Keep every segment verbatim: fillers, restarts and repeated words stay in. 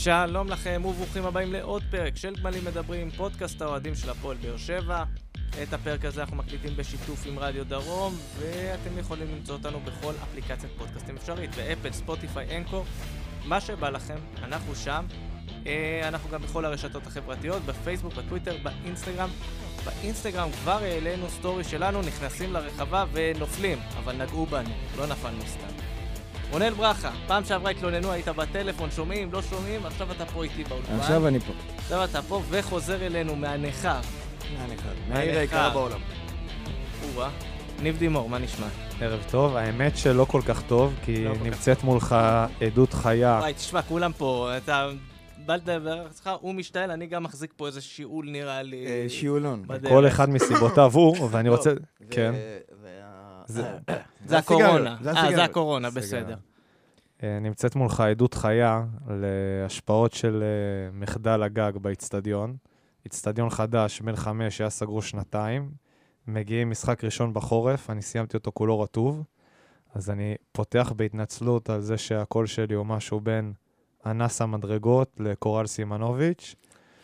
שלום לכם וברוכים הבאים לעוד פרק של גמלים מדברים, פודקאסט האוהדים של הפועל באר שבע. את הפרק הזה אנחנו מקליטים בשיתוף עם רדיו דרום, ואתם יכולים למצוא אותנו בכל אפליקציית פודקאסטים אפשרית, באפל, ספוטיפיי, אנקור, מה שבא לכם, אנחנו שם. אנחנו גם בכל הרשתות החברתיות, בפייסבוק, בטוויטר, באינסטגרם. באינסטגרם כבר העלינו סטורי שלנו, נכנסים לרחבה ונופלים, אבל נגעו בנו, לא נפלנו סתם. רונל ברכה, פעם שעברה התלוננו, היית בטלפון, שומעים, לא שומעים, עכשיו אתה פה איתי באולפן. עכשיו אני פה. עכשיו אתה פה וחוזר אלינו מהנכר. מהנכר. מהעיר היקרה בעולם. אוה, ניב דימור, מה נשמע? ערב טוב, האמת שלא כל כך טוב, כי נמצאת מולך עדות חיה. וואי, תשמע, כולם פה, אתה בא לדבר אצלך, הוא משתעל, אני גם מחזיק פה איזה שיעול נראה לי. שיעולון. כל אחד מסיבותיו הוא, ואני רוצה... כן. זה הקורונה. אה, זה הקורונה, בסדר. נמצאת מולך עדות חיה להשפעות של מחדל הגג באצטדיון. אצטדיון חדש, בן חמש, שהיה סגרו שנתיים. מגיעים משחק ראשון בחורף, אני סיימתי אותו כולו רטוב. אז אני פותח בהתנצלות על זה שהקול שלי הוא משהו בין אנס המדרגות לקורל סימנוביץ'.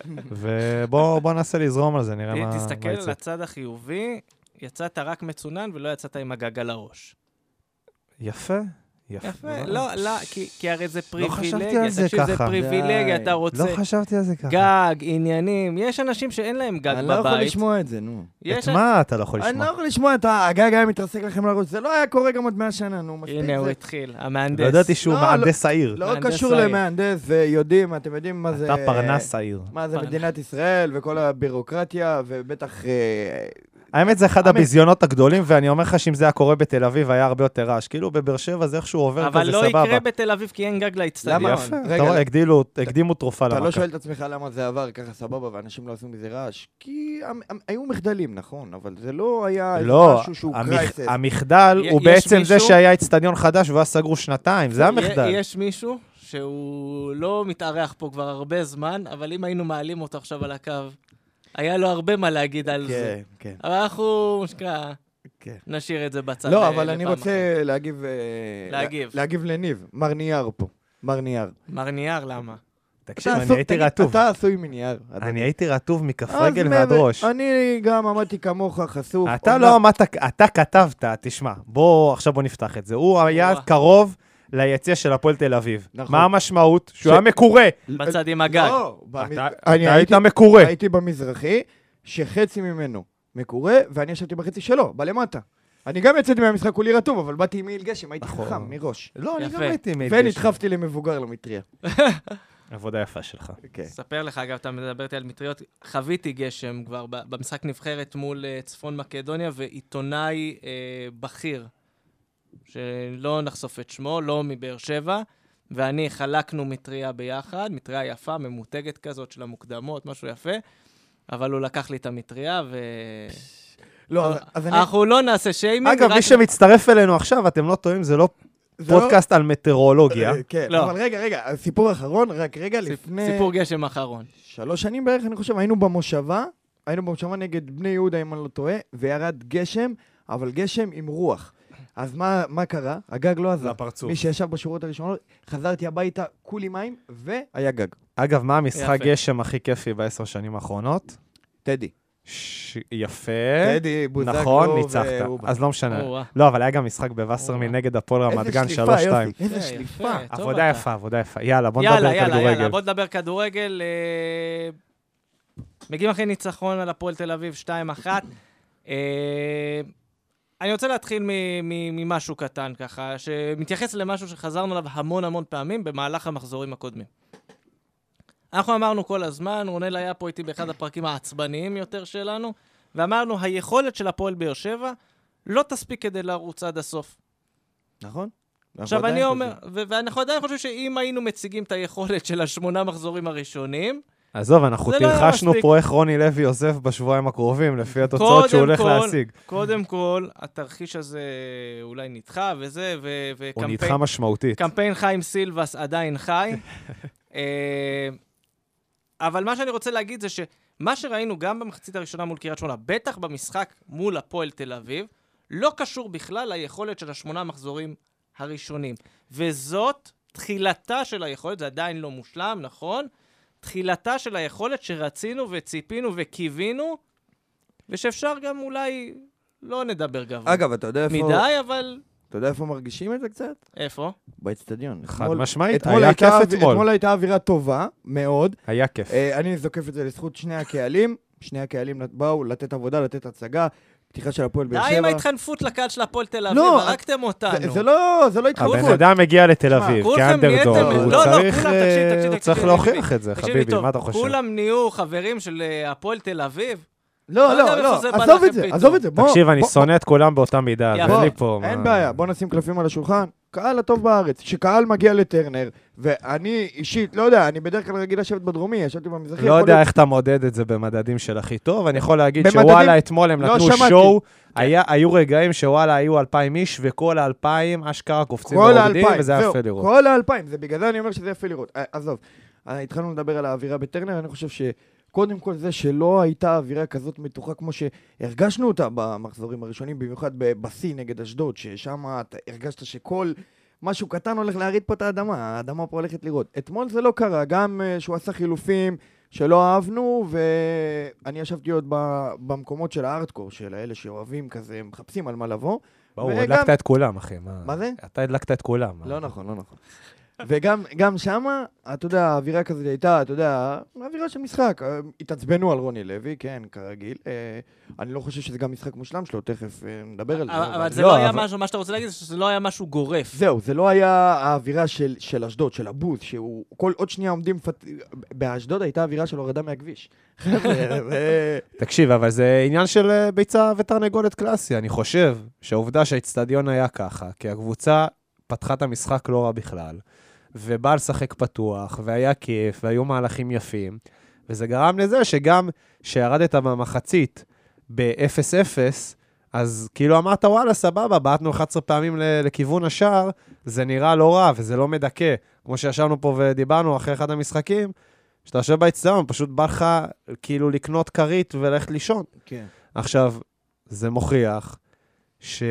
ובוא ננסה לזרום על זה, נראה מה יצא. תסתכל על הצד החיובי, יצאת רק מצונן ולא יצאת עם הגג על הראש. יפה. יפה, לא, לא, כי הרי זה פריבילגיה. לא חשבתי על זה ככה. זה פריבילגיה, אתה רוצה... לא חשבתי על זה ככה. גג, עניינים, יש אנשים שאין להם גג בבית. אני לא יכול לשמוע את זה, נו. את מה אתה לא יכול לשמוע? אני לא יכול לשמוע את הגג היה מתרסק לכם לראש, זה לא היה קורה גם עוד מאה שנה, נו. הנה, הוא התחיל, המהנדס. לא ידעתי שהוא מהנדס העיר. לא קשור למהנדס, ויודעים, אתם יודעים מה זה... אתה פרנס העיר. מה זה מדינת ישראל, וכל הבירוקרטיה, ובטח... האמת זה אחד הביזיונות הגדולים, ואני אומר לך שאם זה היה קורה בתל אביב, היה הרבה יותר רעש. כאילו בבאר שבע זה איכשהו עובר כזה סבבה. אבל לא יקרה בתל אביב כי אין גג לאצטדיון. למה? יפה. אתה רואה, הקדימו תרופה למכה. אתה לא שואל את עצמך למה זה עבר ככה סבבה, ואנשים לא עשו מזה רעש. כי היו מחדלים, נכון, אבל זה לא היה משהו שהוא קרייסס. לא, המחדל הוא בעצם זה שהיה אצטדיון חדש, והוא סגרו שנתיים, זה המחדל. יש מישהו שהוא לא מתארח פה כבר הרבה זמן, אבל אם היינו מעלים אותו עכשיו על הקו, היה לו הרבה מה להגיד על זה. כן, כן. אבל אנחנו, משקע, נשאיר את זה בצד. לא, אבל אני רוצה להגיב... להגיב. להגיב לניב. מר נייר פה. מר נייר. מר נייר, למה? תקשיב, אני הייתי רטוב. אתה עשוי מנייר. אני הייתי רטוב מכף רגל ועד ראש. אני גם עמדתי כמוך חשוף. אתה לא עמדת, אתה כתבת, תשמע, בוא, עכשיו בוא נפתח את זה. הוא היה קרוב ליציע של הפועל תל אביב. מה המשמעות? שהוא היה מקורה. בצד עם הגג. אתה היית מקורה. הייתי במזרחי, שחצי ממנו מקורה, ואני ישבתי בחצי שלו, בלמטה. אני גם יצאתי מהמשחק כולי רטוב, אבל באתי עם מעיל גשם, הייתי חכם, מראש. לא, אני גם הייתי עם מעיל גשם. ונדחפתי למבוגר למטריה. עבודה יפה שלך. ספר לך, אגב, אתה מדברתי על מטריות, חוויתי גשם כבר במשחק נבחרת מול צפון מקדוניה, ועיתונאי בכיר. שלא נחשוף את שמו, לא מבאר שבע, ואני חלקנו מטריה ביחד, מטריה יפה, ממותגת כזאת של המוקדמות, משהו יפה, אבל הוא לקח לי את המטריה, ו... לא, אז אני... אנחנו לא נעשה שיימינג. אגב, מי שמצטרף אלינו עכשיו, אתם לא טועים, זה לא פודקאסט על מטאורולוגיה. כן, אבל רגע, רגע, סיפור אחרון, רק רגע לפני... סיפור גשם אחרון. שלוש שנים בערך, אני חושב, היינו במושבה, היינו במושבה נגד בני יהודה, אם אני לא טועה, וירד גשם, אבל גשם עם רוח. אז מה, מה קרה? הגג לא עזר. לפרצוף. מי שישב בשורות הראשונות, חזרתי הביתה, כולי מים, והיה גג. אגב, מה המשחק גשם הכי כיפי בעשר שנים האחרונות? טדי. ש... יפה. טדי, בוזגלו נכון, ניצחת. אז לא משנה. לא, אבל היה גם משחק בווסרמין נגד הפועל רמת גן שלוש שתיים. איזה שליפה. עבודה יפה, עבודה יפה. יאללה, בוא נדבר כדורגל. יאללה, יאללה, בוא נדבר כדורגל. מגיעים אחרי ניצחון על הפועל תל אביב שתיים אחת. אני רוצה להתחיל ממשהו קטן ככה, שמתייחס למשהו שחזרנו עליו המון המון פעמים במהלך המחזורים הקודמים. אנחנו אמרנו כל הזמן, רונל היה פה איתי באחד הפרקים העצבניים יותר שלנו, ואמרנו, היכולת של הפועל באר שבע לא תספיק כדי לרוץ עד הסוף. נכון. עכשיו אני אומר, ואנחנו עדיין חושבים שאם היינו מציגים את היכולת של השמונה מחזורים הראשונים, עזוב, אנחנו תרחשנו פה איך רוני לוי עוזב בשבועיים הקרובים, לפי התוצאות שהוא הולך להשיג. קודם כל, התרחיש הזה אולי נדחה, וזה, הוא נדחה משמעותית. קמפיין חיים סילבס עדיין חי. אבל מה שאני רוצה להגיד זה שמה שראינו גם במחצית הראשונה מול קריית שמונה, בטח במשחק מול הפועל תל אביב, לא קשור בכלל ליכולת של השמונה מחזורים הראשונים. וזאת תחילתה של היכולת, זה עדיין לא מושלם, נכון? תחילתה של היכולת שרצינו וציפינו וקיווינו, ושאפשר גם אולי לא נדבר גבוה. אגב, אתה יודע איפה... מדי, אבל... אתה יודע איפה מרגישים את זה קצת? איפה? באצטדיון. חד משמעית, היה כיף אתמול. אתמול הייתה אווירה טובה, מאוד. היה כיף. אני זוקף את זה לזכות שני הקהלים. שני הקהלים באו לתת עבודה, לתת הצגה. פתיחה של הפועל באר שבע. די עם ההתחנפות לקהל של הפועל תל אביב, לא, הרגתם אותנו. זה לא, זה לא התחנפות. הבן אדם מגיע לתל אביב, כאנדרדוג, הוא צריך להוכיח את זה, חביבי, מה אתה חושב? כולם נהיו חברים של הפועל תל אביב. לא, לא, לא, עזוב את זה, עזוב את זה. תקשיב, אני שונא את כולם באותה מידה, זה לי פה. אין בעיה, בוא נשים קלפים על השולחן. קהל הטוב בארץ, שקהל מגיע לטרנר, ואני אישית, לא יודע, אני בדרך כלל רגיל לשבת בדרומי, ישבתי במזרחי. לא יודע איך אתה מודד את זה במדדים של הכי טוב, אני יכול להגיד שוואלה אתמול הם נתנו שואו, היו רגעים שוואלה היו אלפיים איש, וכל האלפיים אשכרה קופצים ועובדים, וזה יפה לראות. כל האלפיים, זה בגלל זה אני אומר שזה יפה לראות. עזוב, התחלנו לדבר על האווירה בטרנר, אני חושב ש... קודם כל זה שלא הייתה אווירה כזאת מתוחה כמו שהרגשנו אותה במחזורים הראשונים, במיוחד בסי נגד אשדוד, ששם הרגשת שכל משהו קטן הולך להריד פה את האדמה, האדמה פה הולכת לראות. אתמול זה לא קרה, גם שהוא עשה חילופים שלא אהבנו, ואני ישבתי עוד במקומות של הארדקור, של האלה שאוהבים כזה, מחפשים על מה לבוא. ברור, הדלקת את כולם, אחי. מה זה? אתה הדלקת את כולם. לא נכון, לא נכון. וגם גם שמה, אתה יודע, האווירה כזאת הייתה, אתה יודע, האווירה של משחק. התעצבנו על רוני לוי, כן, כרגיל. אני לא חושב שזה גם משחק מושלם שלו, תכף נדבר על זה. אבל זה לא היה משהו, מה שאתה רוצה להגיד, שזה לא היה משהו גורף. זהו, זה לא היה האווירה של אשדוד, של הבוז, שהוא כל עוד שנייה עומדים, באשדוד הייתה האווירה של הורדה מהכביש. תקשיב, אבל זה עניין של ביצה ותרנגולת קלאסי. אני חושב שהעובדה שהאצטדיון היה ככה, כי הקבוצה פתחה את המשחק לא רע בכלל. ובא לשחק פתוח, והיה כיף, והיו מהלכים יפים, וזה גרם לזה שגם שירדת במחצית ב-אפס אפס, אז כאילו אמרת, וואלה, סבבה, בעטנו אחת עשרה פעמים לכיוון השער, זה נראה לא רע, וזה לא מדכא. כמו שישבנו פה ודיברנו אחרי אחד המשחקים, שאתה יושב באצטדיון, פשוט בא לך כאילו לקנות כרית וללכת לישון. כן. עכשיו, זה מוכיח, שזה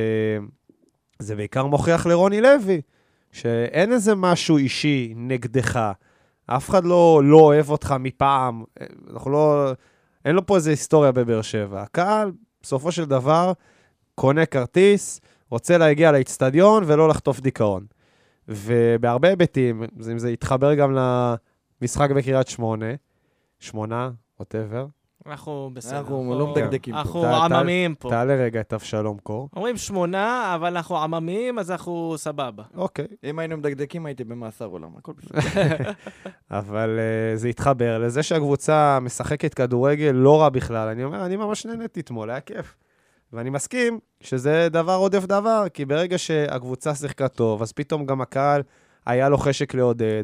בעיקר מוכיח לרוני לוי, שאין איזה משהו אישי נגדך, אף אחד לא, לא אוהב אותך מפעם, אנחנו לא, אין לו פה איזה היסטוריה בבאר שבע. הקהל, בסופו של דבר, קונה כרטיס, רוצה להגיע לאצטדיון ולא לחטוף דיכאון. ובהרבה היבטים, אם זה יתחבר גם למשחק בקריית שמונה, שמונה, whatever, אנחנו בסדר. אנחנו לא מדקדקים פה. אנחנו עממיים פה. תעלה רגע את אבשלום קור. אומרים שמונה, אבל אנחנו עממיים, אז אנחנו סבבה. אוקיי. אם היינו מדקדקים, הייתי במאסר עולם. הכל בסדר. אבל זה התחבר לזה שהקבוצה משחקת כדורגל לא רע בכלל. אני אומר, אני ממש נהניתי אתמול, היה כיף. ואני מסכים שזה דבר עודף דבר, כי ברגע שהקבוצה שיחקה טוב, אז פתאום גם הקהל היה לו חשק לעודד.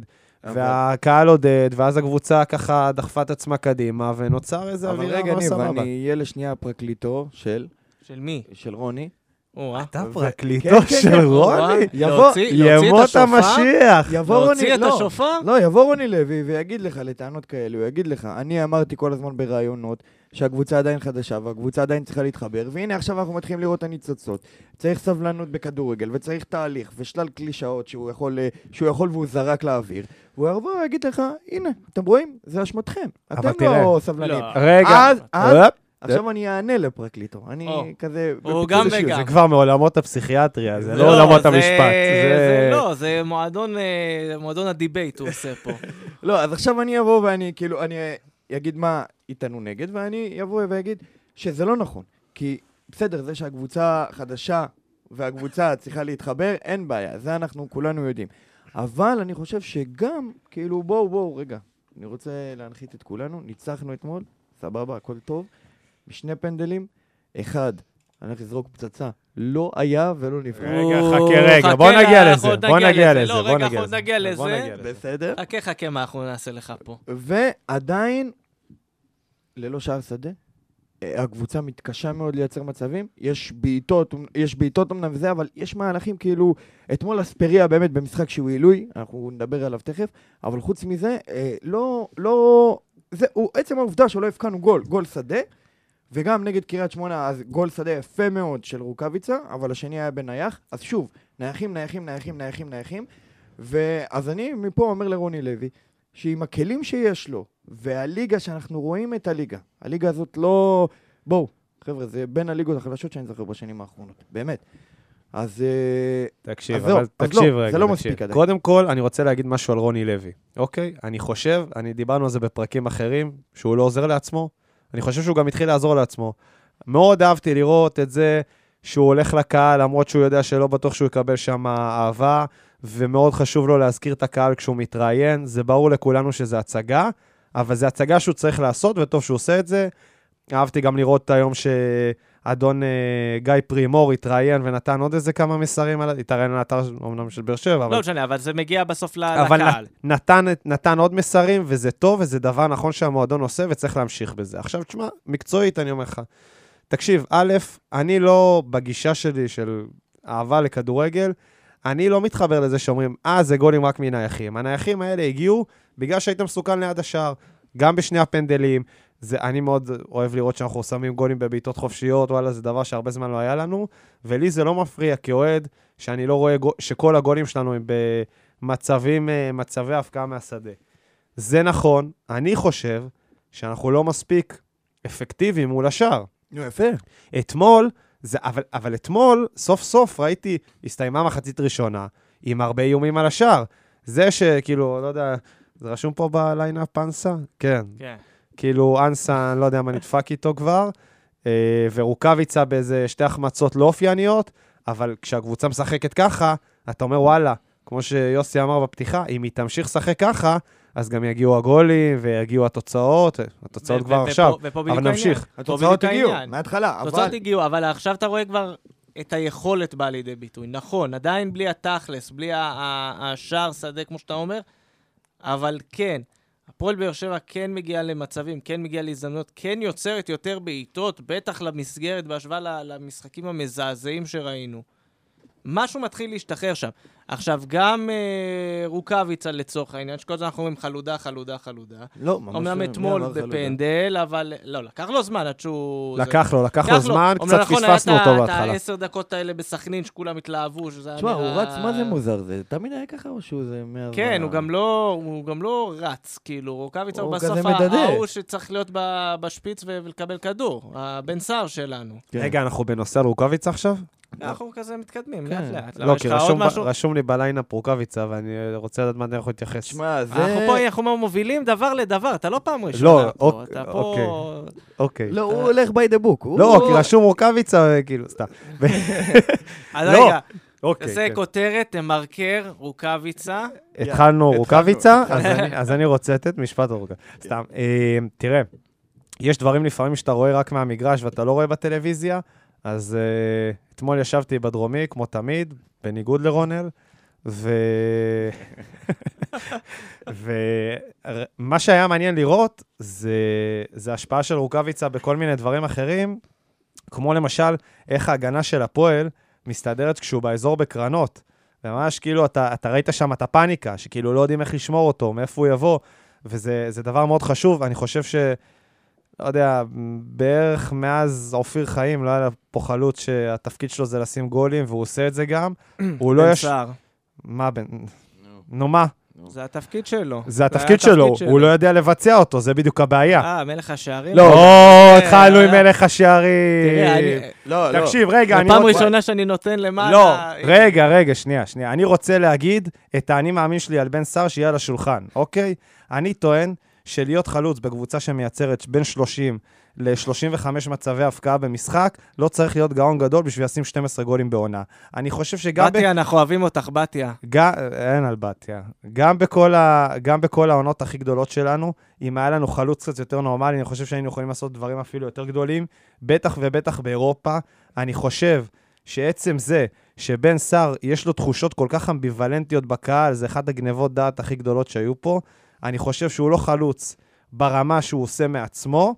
והקהל עודד, ואז הקבוצה ככה דחפה את עצמה קדימה, ונוצר איזה אווירה לא סבבה. אבל רגע, אני אהיה לשנייה פרקליטו של... של מי? של רוני. אתה פרקליטו של רוני? ימות המשיח. להוציא את השופר? לא, יבוא רוני לוי ויגיד לך לטענות כאלו, הוא יגיד לך, אני אמרתי כל הזמן ברעיונות שהקבוצה עדיין חדשה, והקבוצה עדיין צריכה להתחבר, והנה עכשיו אנחנו מתחילים לראות את הניצוצות. צריך סבלנות בכדורגל, וצריך תהליך, ושלל קלישאות שהוא יכול, שהוא יכול והוא זרק לאוויר. והוא יבוא ויגיד לך, הנה, אתם רואים? זה אשמתכם. אתם לא סבלנים. רגע. עכשיו אני אענה לפרקליטו, אני כזה... הוא גם וגם. זה כבר מעולמות הפסיכיאטריה, זה לא עולמות המשפט. זה לא, זה מועדון הדיבייט הוא עושה פה. לא, אז עכשיו אני אבוא ואני כאילו, אני אגיד מה איתנו נגד, ואני אבוא ואגיד שזה לא נכון. כי בסדר, זה שהקבוצה חדשה והקבוצה צריכה להתחבר, אין בעיה, זה אנחנו כולנו יודעים. אבל אני חושב שגם, כאילו, בואו, בואו, רגע, אני רוצה להנחית את כולנו, ניצחנו אתמול, סבבה, הכל טוב. בשני פנדלים, אחד, אני הולך לזרוק פצצה, לא היה ולא נברא. רגע, חכה רגע, בוא נגיע לזה, בוא נגיע לזה, בוא נגיע לזה. נגיע לזה. בסדר. חכה, חכה, מה אנחנו נעשה לך פה. ועדיין, ללא שער שדה, הקבוצה מתקשה מאוד לייצר מצבים, יש בעיטות, יש בעיטות אמנם וזה, אבל יש מהלכים כאילו, אתמול אספריה באמת במשחק שהוא עילוי, אנחנו נדבר עליו תכף, אבל חוץ מזה, לא, לא, זה, הוא עצם העובדה שלא הפקענו גול, גול שדה, וגם נגד קריית שמונה, אז גול שדה יפה מאוד של רוקביצה, אבל השני היה בנייח, אז שוב, נייחים, נייחים, נייחים, נייחים, נייחים, ואז אני מפה אומר לרוני לוי, שעם הכלים שיש לו, והליגה שאנחנו רואים את הליגה, הליגה הזאת לא... בואו, חבר'ה, זה בין הליגות החלשות שאני זוכר בשנים האחרונות, באמת. אז... תקשיב, אז אבל לא, תקשיב לא, רגע, זה לא תקשיב. מספיק עדיין. קודם כל, אני רוצה להגיד משהו על רוני לוי, אוקיי? אני חושב, אני דיברנו על זה בפרקים אחרים, שהוא לא עוזר לעצמו, אני חושב שהוא גם התחיל לעזור לעצמו. מאוד אהבתי לראות את זה שהוא הולך לקהל, למרות שהוא יודע שלא בטוח שהוא יקבל שם אהבה, ומאוד חשוב לו להזכיר את הקהל כשהוא מתראיין. זה ברור לכולנו שזה הצגה, אבל זה הצגה שהוא צריך לעשות, וטוב שהוא עושה את זה. אהבתי גם לראות היום שאדון uh, גיא פרימור התראיין ונתן עוד איזה כמה מסרים, התראיין על האתר אומנם של באר שבע. לא משנה, אבל זה מגיע בסוף אבל לקהל. נתן, נתן עוד מסרים, וזה טוב, וזה דבר נכון שהמועדון עושה, וצריך להמשיך בזה. עכשיו, תשמע, מקצועית אני אומר לך, תקשיב, א', אני לא בגישה שלי של אהבה לכדורגל, אני לא מתחבר לזה שאומרים, אה, זה גולים רק מנייחים. הנייחים האלה הגיעו בגלל שהיית מסוכן ליד השער, גם בשני הפנדלים. זה, אני מאוד אוהב לראות שאנחנו שמים גולים בבעיטות חופשיות, וואלה, זה דבר שהרבה זמן לא היה לנו, ולי זה לא מפריע כאוהד, שאני לא רואה שכל הגולים שלנו הם במצבים, מצבי הפקעה מהשדה. זה נכון, אני חושב שאנחנו לא מספיק אפקטיביים מול השער. נו, יפה. אתמול, זה, אבל, אבל אתמול, סוף סוף ראיתי, הסתיימה מחצית ראשונה, עם הרבה איומים על השער. זה שכאילו, לא יודע, זה רשום פה בליינאפ פנסה? כן. כן. כאילו, אנסה, אני לא יודע מה נדפק איתו כבר, ורוקביצה באיזה שתי החמצות לא אופייניות, אבל כשהקבוצה משחקת ככה, אתה אומר, וואלה, כמו שיוסי אמר בפתיחה, אם היא תמשיך לשחק ככה, אז גם יגיעו הגולים ויגיעו התוצאות, התוצאות כבר עכשיו, אבל נמשיך. התוצאות הגיעו, מההתחלה, אבל... התוצאות הגיעו, אבל עכשיו אתה רואה כבר את היכולת באה לידי ביטוי. נכון, עדיין בלי התכלס, בלי השער שדה, כמו שאתה אומר, אבל כן, הפועל באר שבע כן מגיע למצבים, כן מגיע להזדמנות, כן יוצרת יותר בעיטות, בטח למסגרת בהשוואה למשחקים המזעזעים שראינו. משהו מתחיל להשתחרר שם. עכשיו, גם אה, רוקביצה לצורך העניין, שכל זה אנחנו אומרים חלודה, חלודה, חלודה. לא, ממש... אומנם אתמול בפנדל, אבל לא, לקח לו זמן עד שהוא... לקח לו, לקח לו זמן, קצת פספסנו אותו בהתחלה. היה את העשר דקות האלה בסכנין, שכולם התלהבו, שזה... תשמע, הוא רץ, מה זה מוזר? זה תמיד היה ככה או שהוא זה... כן, הוא גם לא, הוא גם לא רץ, כאילו, רוקביצה הוא בסוף ההוא שצריך להיות בשפיץ ולקבל כדור, הבן שר שלנו. רגע, אנחנו בנושא על רוקביצה עכשיו? אנחנו כזה מתקדמים, לאט לאט. לא, כי רשום לי בליינאפ רוקביצה, ואני רוצה לדעת מה אני יכול להתייחס. שמע, זה... אנחנו פה, אנחנו מובילים דבר לדבר, אתה לא פעם ראשונה פה, אתה פה... אוקיי. לא, הוא הולך by the book. לא, כי רשום רוקביצה, כאילו, סתם. אז רגע, זה כותרת, תמרקר, רוקביצה. התחלנו רוקביצה, אז אני רוצה לתת משפט רוקביצה. סתם, תראה, יש דברים לפעמים שאתה רואה רק מהמגרש ואתה לא רואה בטלוויזיה, אז uh, אתמול ישבתי בדרומי, כמו תמיד, בניגוד לרונל, ו... ומה שהיה מעניין לראות, זה, זה השפעה של רוקביצה בכל מיני דברים אחרים, כמו למשל, איך ההגנה של הפועל מסתדרת כשהוא באזור בקרנות, וממש כאילו, אתה, אתה ראית שם את הפאניקה, שכאילו לא יודעים איך לשמור אותו, מאיפה הוא יבוא, וזה זה דבר מאוד חשוב, אני חושב ש... לא יודע, בערך מאז אופיר חיים, לא היה פה חלוץ שהתפקיד שלו זה לשים גולים, והוא עושה את זה גם. הוא לא יש... בן סער. מה בן... נו מה? זה התפקיד שלו. זה התפקיד שלו, הוא לא יודע לבצע אותו, זה בדיוק הבעיה. אה, מלך השערים? לא, התחלנו עם מלך השערים. לא, לא. תקשיב, רגע, אני... זו פעם ראשונה שאני נותן למעלה... לא, רגע, רגע, שנייה, שנייה. אני רוצה להגיד את האני מאמין שלי על בן סער שיהיה על השולחן, אוקיי? אני טוען שלהיות חלוץ בקבוצה שמייצרת בין שלושים ל-שלושים וחמישה מצבי הפקעה במשחק, לא צריך להיות גאון גדול בשביל לשים שנים עשר גולים בעונה. אני חושב שגם... בתיה, ב... אנחנו אוהבים אותך, בתיה. ג... אין על בתיה. גם בכל, ה... גם בכל העונות הכי גדולות שלנו, אם היה לנו חלוץ קצת יותר נורמלי, אני חושב שהיינו יכולים לעשות דברים אפילו יותר גדולים, בטח ובטח באירופה. אני חושב שעצם זה שבן סער יש לו תחושות כל כך אמביוולנטיות בקהל, זה אחד הגנבות דעת הכי גדולות שהיו פה, אני חושב שהוא לא חלוץ ברמה שהוא עושה מעצמו,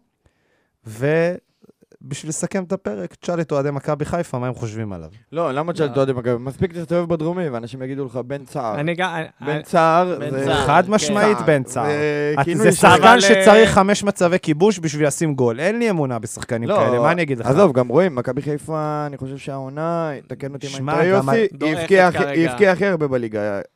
ובשביל לסכם את הפרק, תשאל את אוהדי מכבי חיפה, מה הם חושבים עליו. לא, למה תשאל את אוהדי מכבי? מספיק תסתובב בדרומי, ואנשים יגידו לך בן צער. אני גם... בן צער, חד משמעית בן צער. זה שחקן שצריך חמש מצבי כיבוש בשביל לשים גול. אין לי אמונה בשחקנים כאלה, מה אני אגיד לך? עזוב, גם רואים, מכבי חיפה, אני חושב שהעונה, תקן אותי מה יוסי, הבקיע הכי הרבה בליגה,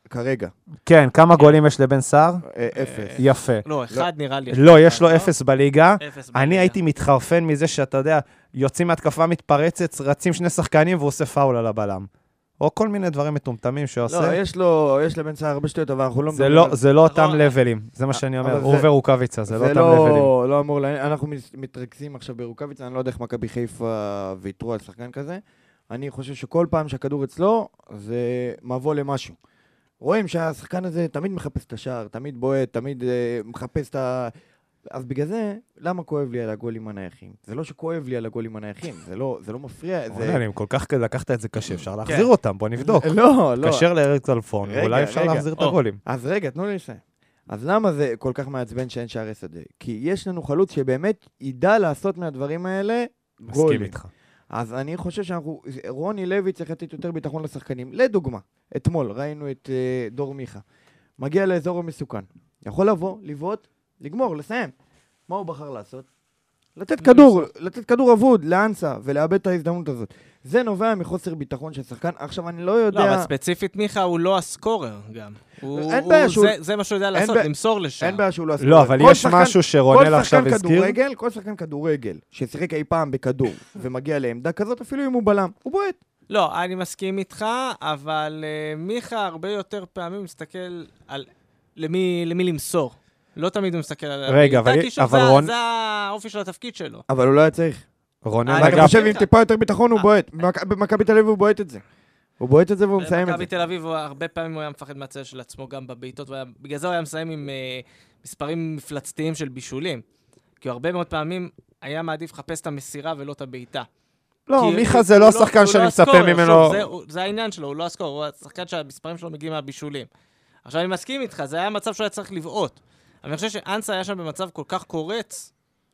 כרגע. כן, כמה גולים יש לבן סער? אפס. יפה. לא, אחד נראה לי. לא, יש לו אפס בליגה. אפס אני בליגה. הייתי מתחרפן מזה שאתה יודע, יוצאים מהתקפה מתפרצת, רצים שני שחקנים והוא עושה פאול על הבלם. או כל מיני דברים מטומטמים שהוא לא, עושה. יש לו, יש לבן סער הרבה שטויות, אבל אנחנו לא זה לא, זה לא אותם נכון. לבלים, זה מה שאני אומר, אבל הוא זה- ורוקאביצה, זה לא זה אותם לבלים. לא, לא אמור, לה- אנחנו מתרכזים עכשיו ברוקאביצה, אני לא יודע איך מכבי חיפה ויתרו על שחקן כזה. אני חושב שכל פעם שהכדור אצלו, זה מבוא למשהו. רואים שהשחקן הזה תמיד מחפש את השער, תמיד בועט, תמיד אה, מחפש את ה... אז בגלל זה, למה כואב לי על הגולים הנייחים? זה לא שכואב לי על הגולים הנייחים, זה לא, זה לא מפריע. זה... רונן, אם כל כך לקחת את זה קשה, אפשר להחזיר אותם, בוא נבדוק. לא, לא. קשר לאריק טלפון, רגע, ואולי אפשר רגע. להחזיר את או. הגולים. אז רגע, תנו לי לסיים. אז למה זה כל כך מעצבן שאין שערי שדה? כי יש לנו חלוץ שבאמת ידע לעשות מהדברים האלה מסכים גולים. איתך. אז אני חושב שאנחנו, רוני לוי צריך לתת יותר ביטחון לשחקנים. לדוגמה, אתמול ראינו את uh, דור מיכה. מגיע לאזור המסוכן. יכול לבוא, לבעוט, לגמור, לסיים. מה הוא בחר לעשות? לתת כדור, לתת כדור אבוד לאנסה ולאבד את ההזדמנות הזאת. זה נובע מחוסר ביטחון של שחקן. עכשיו אני לא יודע... לא, אבל ספציפית מיכה הוא לא הסקורר גם. הוא- אין הוא- בעיה שהוא- זה- זה מה שהוא יודע לעשות, בעיה- למסור לשם. אין בעיה שהוא לא... לא, אבל כל יש שחקן- משהו שרונל עכשיו כל שחקן הזכיר. כדורגל, כל שחקן כדורגל ששיחק אי פעם בכדור ומגיע לעמדה כזאת, אפילו אם הוא בלם, הוא בועט. לא, אני מסכים איתך, אבל uh, מיכה הרבה יותר פעמים מסתכל על למי, למי למסור. לא תמיד הוא מסתכל על... רגע, אבל- כי שוב, אבל זה- רון- זה האופי של התפקיד שלו. אבל הוא לא היה צריך. רונל אני ואני נגע... חושב גם- עם טיפה יותר ביטחון הוא בועט. במכ- במכבי תל אביב הוא בועט את זה. הוא בועט את זה והוא מסיים את מכבי זה. תל אביב, הוא- הרבה פעמים הוא היה מפחד מהצל של עצמו גם בבעיטות, והיה- בגלל זה הוא היה מסיים עם uh, מספרים מפלצתיים של בישולים. כי הרבה מאוד פעמים היה מעדיף לחפש את המסירה ולא את הבעיטה. לא, כי מיכה הוא- זה הוא לא הוא שחקן הוא שאני לא מצפה הסקורר, ממנו... שוב, זה- הוא- זה העניין שלו, הוא לא הסקורר, הוא השחקן שהמספרים שלו מגיעים מהבישולים. עכשיו, אני מסכים איתך, זה היה מצב שהוא היה צריך לבעוט. אבל אני חושב שאנסה היה שם במצב כל כך קורץ,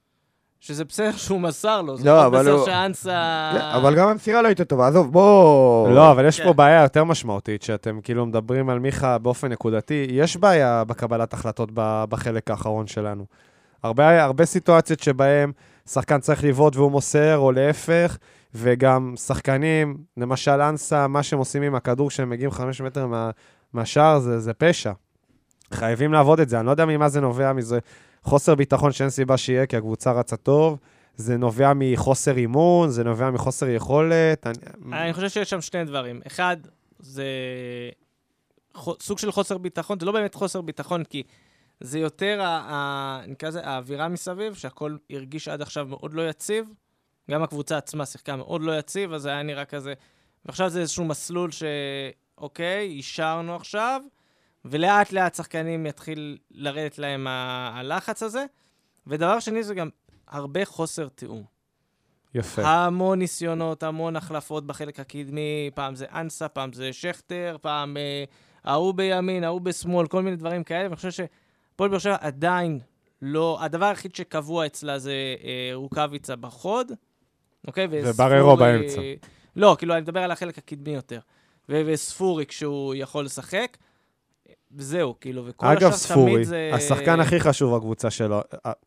שזה בסדר שהוא מסר לו. זה לא, לא אבל בסדר הוא- שאנסה... אבל גם המסירה לא הייתה טובה. עזוב, בוא... לא, אבל יש כן. פה בעיה יותר משמעותית, שאתם כאילו מדברים על מיכה באופן נקודתי. יש בעיה בקבלת החלטות ב- בחלק האחרון שלנו. הרבה, הרבה סיטואציות שבהם שחקן צריך לבעוט והוא מוסר, או להפך, וגם שחקנים, למשל אנסה, מה שהם עושים עם הכדור כשהם מגיעים חמש מטר מה, מהשער, זה, זה פשע. חייבים לעבוד את זה. אני לא יודע ממה זה נובע מזה. חוסר ביטחון שאין סיבה שיהיה, כי הקבוצה רצה טוב. זה נובע מחוסר אימון, זה נובע מחוסר יכולת. אני... אני חושב שיש שם שני דברים. אחד, זה ח- סוג של חוסר ביטחון, זה לא באמת חוסר ביטחון, כי זה יותר, ה- ה- נקרא לזה, האווירה מסביב, שהכל הרגיש עד עכשיו מאוד לא יציב. גם הקבוצה עצמה שיחקה מאוד לא יציב, אז זה היה נראה כזה. ועכשיו זה איזשהו מסלול שאוקיי, אישרנו עכשיו, ולאט לאט שחקנים יתחיל לרדת להם ה- הלחץ הזה. ודבר שני, זה גם הרבה חוסר תיאום. יפה. המון ניסיונות, המון החלפות בחלק הקדמי, פעם זה אנסה, פעם זה שכטר, פעם אה, ההוא בימין, ההוא בשמאל, כל מיני דברים כאלה, ואני חושב שפועל באר שבע עדיין לא, הדבר היחיד שקבוע אצלה זה אה, רוקאביצה בחוד, אוקיי? ובררו וספורי- באמצע. לא, כאילו, אני מדבר על החלק הקדמי יותר. ו- וספורי כשהוא יכול לשחק, וזהו, כאילו, וכל אגב, השאר ספורי, תמיד זה... השחקן הכי חשוב בקבוצה שלו,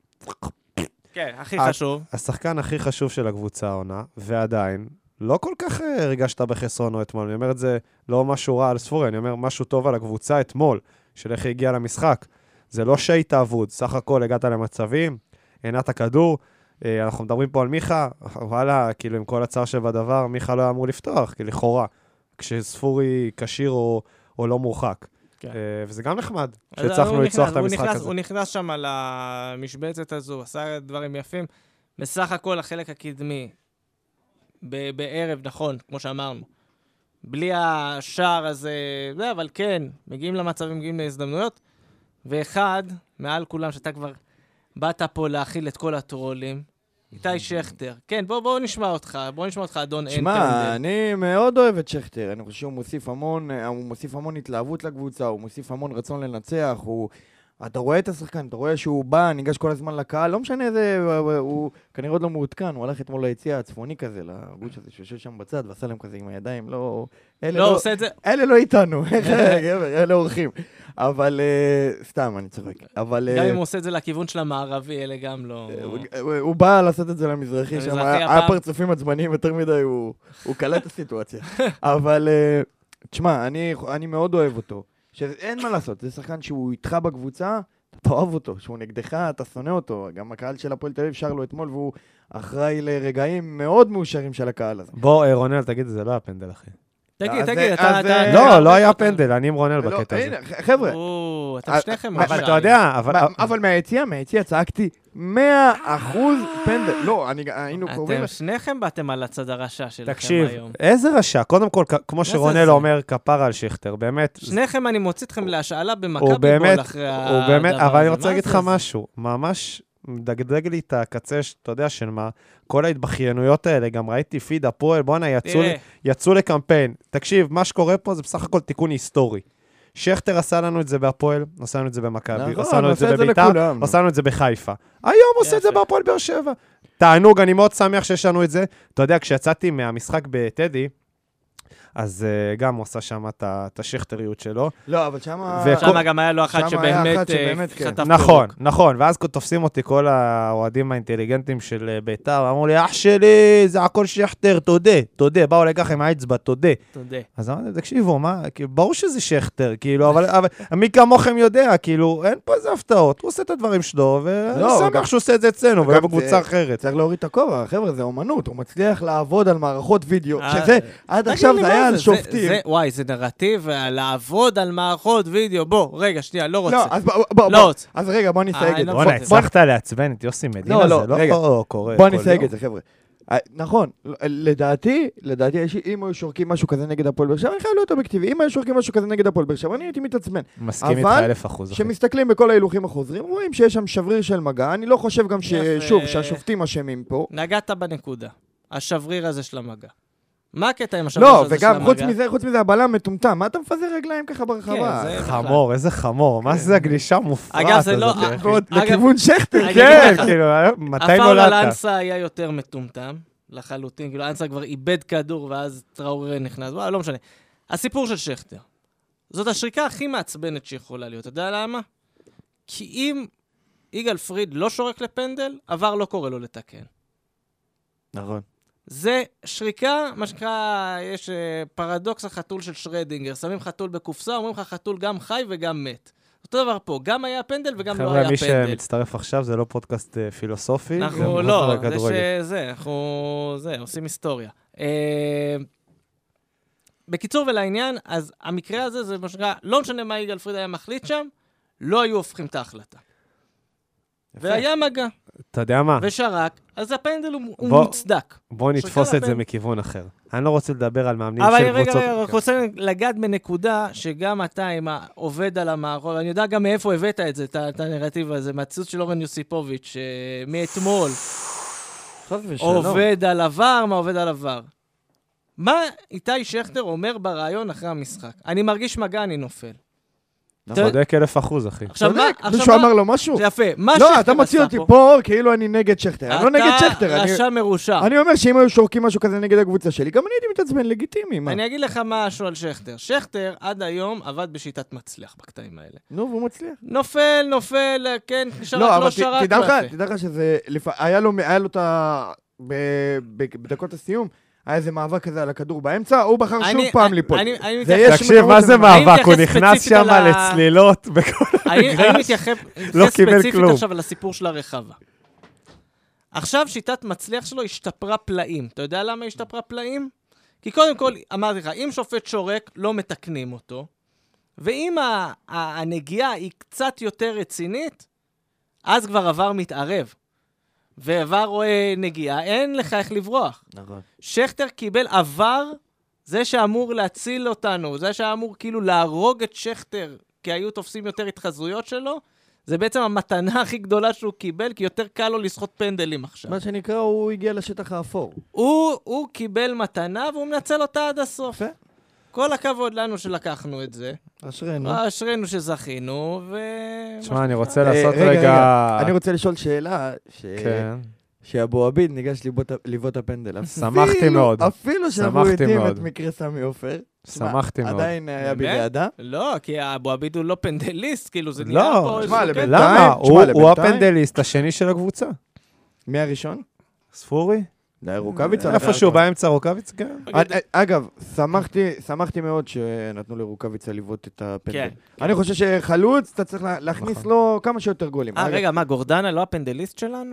כן, הכי אה, חשוב. השחקן הכי חשוב של הקבוצה העונה, ועדיין, לא כל כך אה, הרגשת בחסרונו אתמול. אני אומר את זה לא משהו רע על ספורי, אני אומר משהו טוב על הקבוצה אתמול, של איך היא הגיעה למשחק. זה לא שהיית אבוד, סך הכל הגעת למצבים, עינת הכדור, אה, אנחנו מדברים פה על מיכה, וואלה, כאילו עם כל הצער שבדבר, מיכה לא היה אמור לפתוח, כי לכאורה, כשספורי קשיר או, או לא מורחק. כן. אה, וזה גם נחמד, אז שהצלחנו הוא לצלוח נכנס- את הוא המשחק נכנס- הזה. הוא נכנס שם על המשבצת הזו, עשה דברים יפים. בסך הכל החלק הקדמי, ב- בערב, נכון, כמו שאמרנו, בלי השער הזה, זה, אבל כן, מגיעים למצבים, מגיעים להזדמנויות. ואחד, מעל כולם, שאתה כבר באת פה להכיל את כל הטרולים, איתי שכטר. כן, בוא, בוא נשמע אותך, בוא נשמע אותך, אדון אין שמע, פנדל. אני מאוד אוהב את שכטר, אני חושב שהוא מוסיף המון, הוא מוסיף המון התלהבות לקבוצה, הוא מוסיף המון רצון לנצח, הוא... אתה רואה את השחקן, אתה רואה שהוא בא, ניגש כל הזמן לקהל, לא משנה איזה, הוא, הוא כנראה עוד לא מעודכן, הוא הלך אתמול ליציע הצפוני כזה, לגוש הזה שיושב שם בצד, ועשה להם כזה עם הידיים, לא... אלה לא, לא, עושה את זה. אלה לא איתנו, גבר, אלה אורחים. אבל, uh, סתם, אני צוחק. אבל... גם uh, אם הוא עושה את זה לכיוון של המערבי, אלה גם לא... הוא- הוא- הוא בא לעשות את זה למזרחי, שם למזרחי היה הפעם. היה פרצופים עצבניים יותר מדי, הוא הוא קלט את הסיטואציה. אבל, אה, תשמע, אני אני מאוד אוהב אותו. שאין מה לעשות, זה שחקן שהוא איתך בקבוצה, אתה אוהב אותו, שהוא נגדך, אתה שונא אותו, גם הקהל של הפועל תל אביב שר לו אתמול, והוא אחראי לרגעים מאוד מאושרים של הקהל הזה. בוא, רונל, תגיד, זה לא היה פנדל, אחי. תגיד, אז- תגיד, אז- אתה... אתה- לא, אתה- לא היה אתה- פנדל, אני עם רונל ולא, בקטע הזה. הנה, חבר'ה, או, אתם אה, שניכם אבל אבל מרשעים. אתה יודע, אבל... מה- אבל מהיציאה, מהיציאה צעקתי מאה אחוז פנדל. לא, אני- היינו קרובים... אתם שניכם באתם על הצד הרשע שלכם תקשיב, היום. איזה רשע. קודם כל, כ- כמו זה שרונל זה? אומר, כפרה על שכטר, באמת... שניכם אני מוציא אתכם להשאלה הוא במכבי באמת, בול אחרי הדבר הוא הזה. באמת, אבל אני רוצה מה להגיד זה לך זה? משהו, ממש מדגדג לי את הקצה, אתה יודע של מה, כל ההתבכיינויות האלה, גם ראיתי פיד הפועל, בואנה, יצאו, תראה, יצאו לקמפיין. תקשיב, מה שקורה פה זה בסך הכל תיקון היסטורי. שכטר עשה לנו את זה בהפועל, עשה לנו את זה במכבי, נכון, עשה לנו את עושה זה את זה בביתר, לכולם. עשה לנו את זה בחיפה. היום עושה את זה יפה. בהפועל באר שבע. תענוג, אני מאוד שמח שיש לנו את זה. אתה יודע, כשיצאתי מהמשחק בטדי, אז uh, גם הוא עשה שם את ה- את השכטריות שלו. לא, אבל שמה... וכל- שם גם היה לו אחת שם היה שבאמת אחת אה, שבאמת, כן. חטף נכון, פירוק. נכון, ואז תופסים אותי כל האוהדים האינטליגנטים של אה, ביתר, אמרו לי, אח שלי, זה הכל שכטר, תודה, תודה, באו לקח עם האצבע, תודה. תודה. אז אמרתי, תקשיבו, מה, כאילו, ברור שזה שכטר, כאילו, אבל, אבל מי כמוכם יודע, כאילו, אין פה איזה הפתעות, הוא עושה את הדברים שלו, ואני לא, שמח גם- שהוא עושה את זה אצלנו, ולא גם בקבוצה זה- אחרת. צריך להוריד את הכובע, חבר'ה, זה אומנות, הוא מצליח לעבוד על מערכות וידאו, אה, שזה, עד תגיד עכשיו לי, זה מה היה על זה? שופטים. זה- וואי, זה נרטיב, אה, לעבוד על מערכות וידאו. בוא, רגע, שנייה, לא רוצה. לא, אז בוא, בוא, לא בוא, רוצה. אז רגע, בוא אה, נסייג אני את לא זה. בוא'נה, מפחד. הצלחת לעצבן את יוסי מדינה, לא, לא, זה לא רגע. קורה בוא כל נסייג יום. את זה, חבר'ה. אה, נכון, לדעתי, לדעתי האישי, אם היו שורקים משהו כזה נגד הפועל באר שבע, אני חייב להיות אובייקטיבי, אם היו שורקים משהו כזה נגד הפועל באר שבע, אני הייתי מתעצבן. מסכים איתך אבל אלף אחוז. אחי. כשמסתכלים בכל ההילוכים החוזרים, רואים שיש שם שבריר של מגע, אני לא חושב גם יפה. ששוב, שהשופטים אשמים פה. נגעת בנקודה. השבריר הזה של המגע. מה הקטע עם השבריר לא, הזה של המגע? וגם חוץ מזה, חוץ מזה, הבלם מטומטם, מה אתה מפזר רגליים ככה ברחבה? כן, זה- חמור, איזה חמור, מה זה הגלישה המופרעת אגב, זה לא- הזאת, אחי? ועוד אגב- לכיוון שכטר, אני כן. אגיד כן, לך, כאילו, מתי הפאול על נולדת? אנסה היה יותר מטומטם, לחלוטין. כאילו, אנסה כבר איבד כדור, ואז טראורי נכנס. וואי, לא משנה. הסיפור של שכטר. זאת השריקה הכי מעצבנת שיכולה להיות. אתה יודע למה? כי אם יגאל פריד לא שורק לפנדל, עבר לא קורא לו לתקן. נכון. זה שריקה, מה שנקרא, יש אה, פרדוקס החתול של שרדינגר. שמים חתול בקופסה, אומרים לך חתול גם חי וגם מת. אותו דבר פה, גם היה פנדל וגם לא חבר'ה, היה מי פנדל. שמצטרף עכשיו זה לא פודקאסט אה, פילוסופי. אנחנו גם לא, על זה כדורגל. שזה, אנחנו, זה, עושים היסטוריה. אה, בקיצור ולעניין, אז המקרה הזה זה מה שנקרא, לא משנה מה יגאל פריד היה מחליט שם, לא היו הופכים את ההחלטה. והיה מגע, אתה יודע מה? ושרק, אז הפנדל הוא, הוא בוא- מוצדק. בואו נתפוס שריקה את זה לפנדל. מכיוון אחר. אני לא רוצה לדבר על מאמנים אבל של רגע, קבוצות. רגע, אני רוצה לגעת בנקודה שגם אתה עם העובד על המערכות, אני יודע גם מאיפה הבאת את זה, את ה- את הנרטיב הזה, מהציוץ של אורן יוסיפוביץ', אה, מאתמול. חס ושלום. עובד על עבר, מה עובד על עבר. מה איתי שכטר אומר ברעיון אחרי המשחק? אני מרגיש מגע, אני נופל. נכון. צודק אלף אחוז, אחי. עכשיו מה? צודק, עכשיו מישהו מה? אמר לו משהו? זה יפה. מה שכטר עשה לא, פה? אתה מוציא אותי פה כאילו אני נגד שכטר. אני לא נגד שכטר. אתה אני- רשע מרושע. אני אומר שאם היו שורקים משהו כזה נגד הקבוצה שלי, גם אני הייתי מתעצבן, לגיטימי, מה? אני אגיד לך משהו על שכטר. שכטר עד היום עבד בשיטת מצליח בקטעים האלה. נו, והוא מצליח. נופל, נופל, כן, שרק לא, לא אבל ת- שרק, תדע לא לך, יפה. תדע לך שזה, לפ- היה לו היה לו את ה... ב- ב- בדקות הסיום, היה איזה מאבק כזה על הכדור באמצע, הוא בחר אני- שוב פעם ליפול. אני- אני זה מתייחס- יש תקשיב, מה מקומות זה שזה- אני מאבק? הוא מתייחס נכנס ספציפית שם על ה- לצלילות בכל אני אני המגרש. מתייחס לא מתייחס קיבל ספציפית כלום. עכשיו על הסיפור של הרחבה. עכשיו שיטת מצליח שלו השתפרה פלאים. אתה יודע למה השתפרה פלאים? כי קודם כל, אמרתי לך, אם שופט שורק, לא מתקנים אותו, ואם ה- ה- הנגיעה היא קצת יותר רצינית, אז כבר עבר מתערב. ועבר רואה נגיעה, אין לך איך לברוח. נכון. שכטר קיבל עבר, זה שאמור להציל אותנו, זה שאמור כאילו להרוג את שכטר, כי היו תופסים יותר התחזויות שלו, זה בעצם המתנה הכי גדולה שהוא קיבל, כי יותר קל לו לשחות פנדלים עכשיו. מה שנקרא, הוא הגיע לשטח האפור. הוא, הוא קיבל מתנה והוא מנצל אותה עד הסוף. יפה. כל הכבוד לנו שלקחנו את זה. אשרינו. אשרינו שזכינו, ו... תשמע, אני רוצה אה, לעשות רגע, רגע... אני רוצה לשאול שאלה, ש- כן. שאבו עביד ניגש ליבות- ליבות הפנדל. שמחתי אפילו- מאוד. אפילו שאנחנו שמחתי יודעים מאוד. את מקרה סמי עופר. שמע, שמחתי מאוד. עדיין היה באמת? בידה. לא, כי אבו עביד הוא לא פנדליסט, כאילו זה לא, נראה פה... תשמע, איזשהו לבינתיים- קטע. למה? תשמע, הוא- הוא לבינתיים- הפנדליסט השני של הקבוצה. מי הראשון? ספורי? זה היה רוקאביצה? איפשהו באמצע רוקאביצה, כן. אגב, שמחתי מאוד שנתנו לרוקאביצה לבעוט את הפנדל. כן. אני חושב שחלוץ, אתה צריך להכניס לו כמה שיותר גולים. אה, רגע, מה, גורדנה לא הפנדליסט שלנו?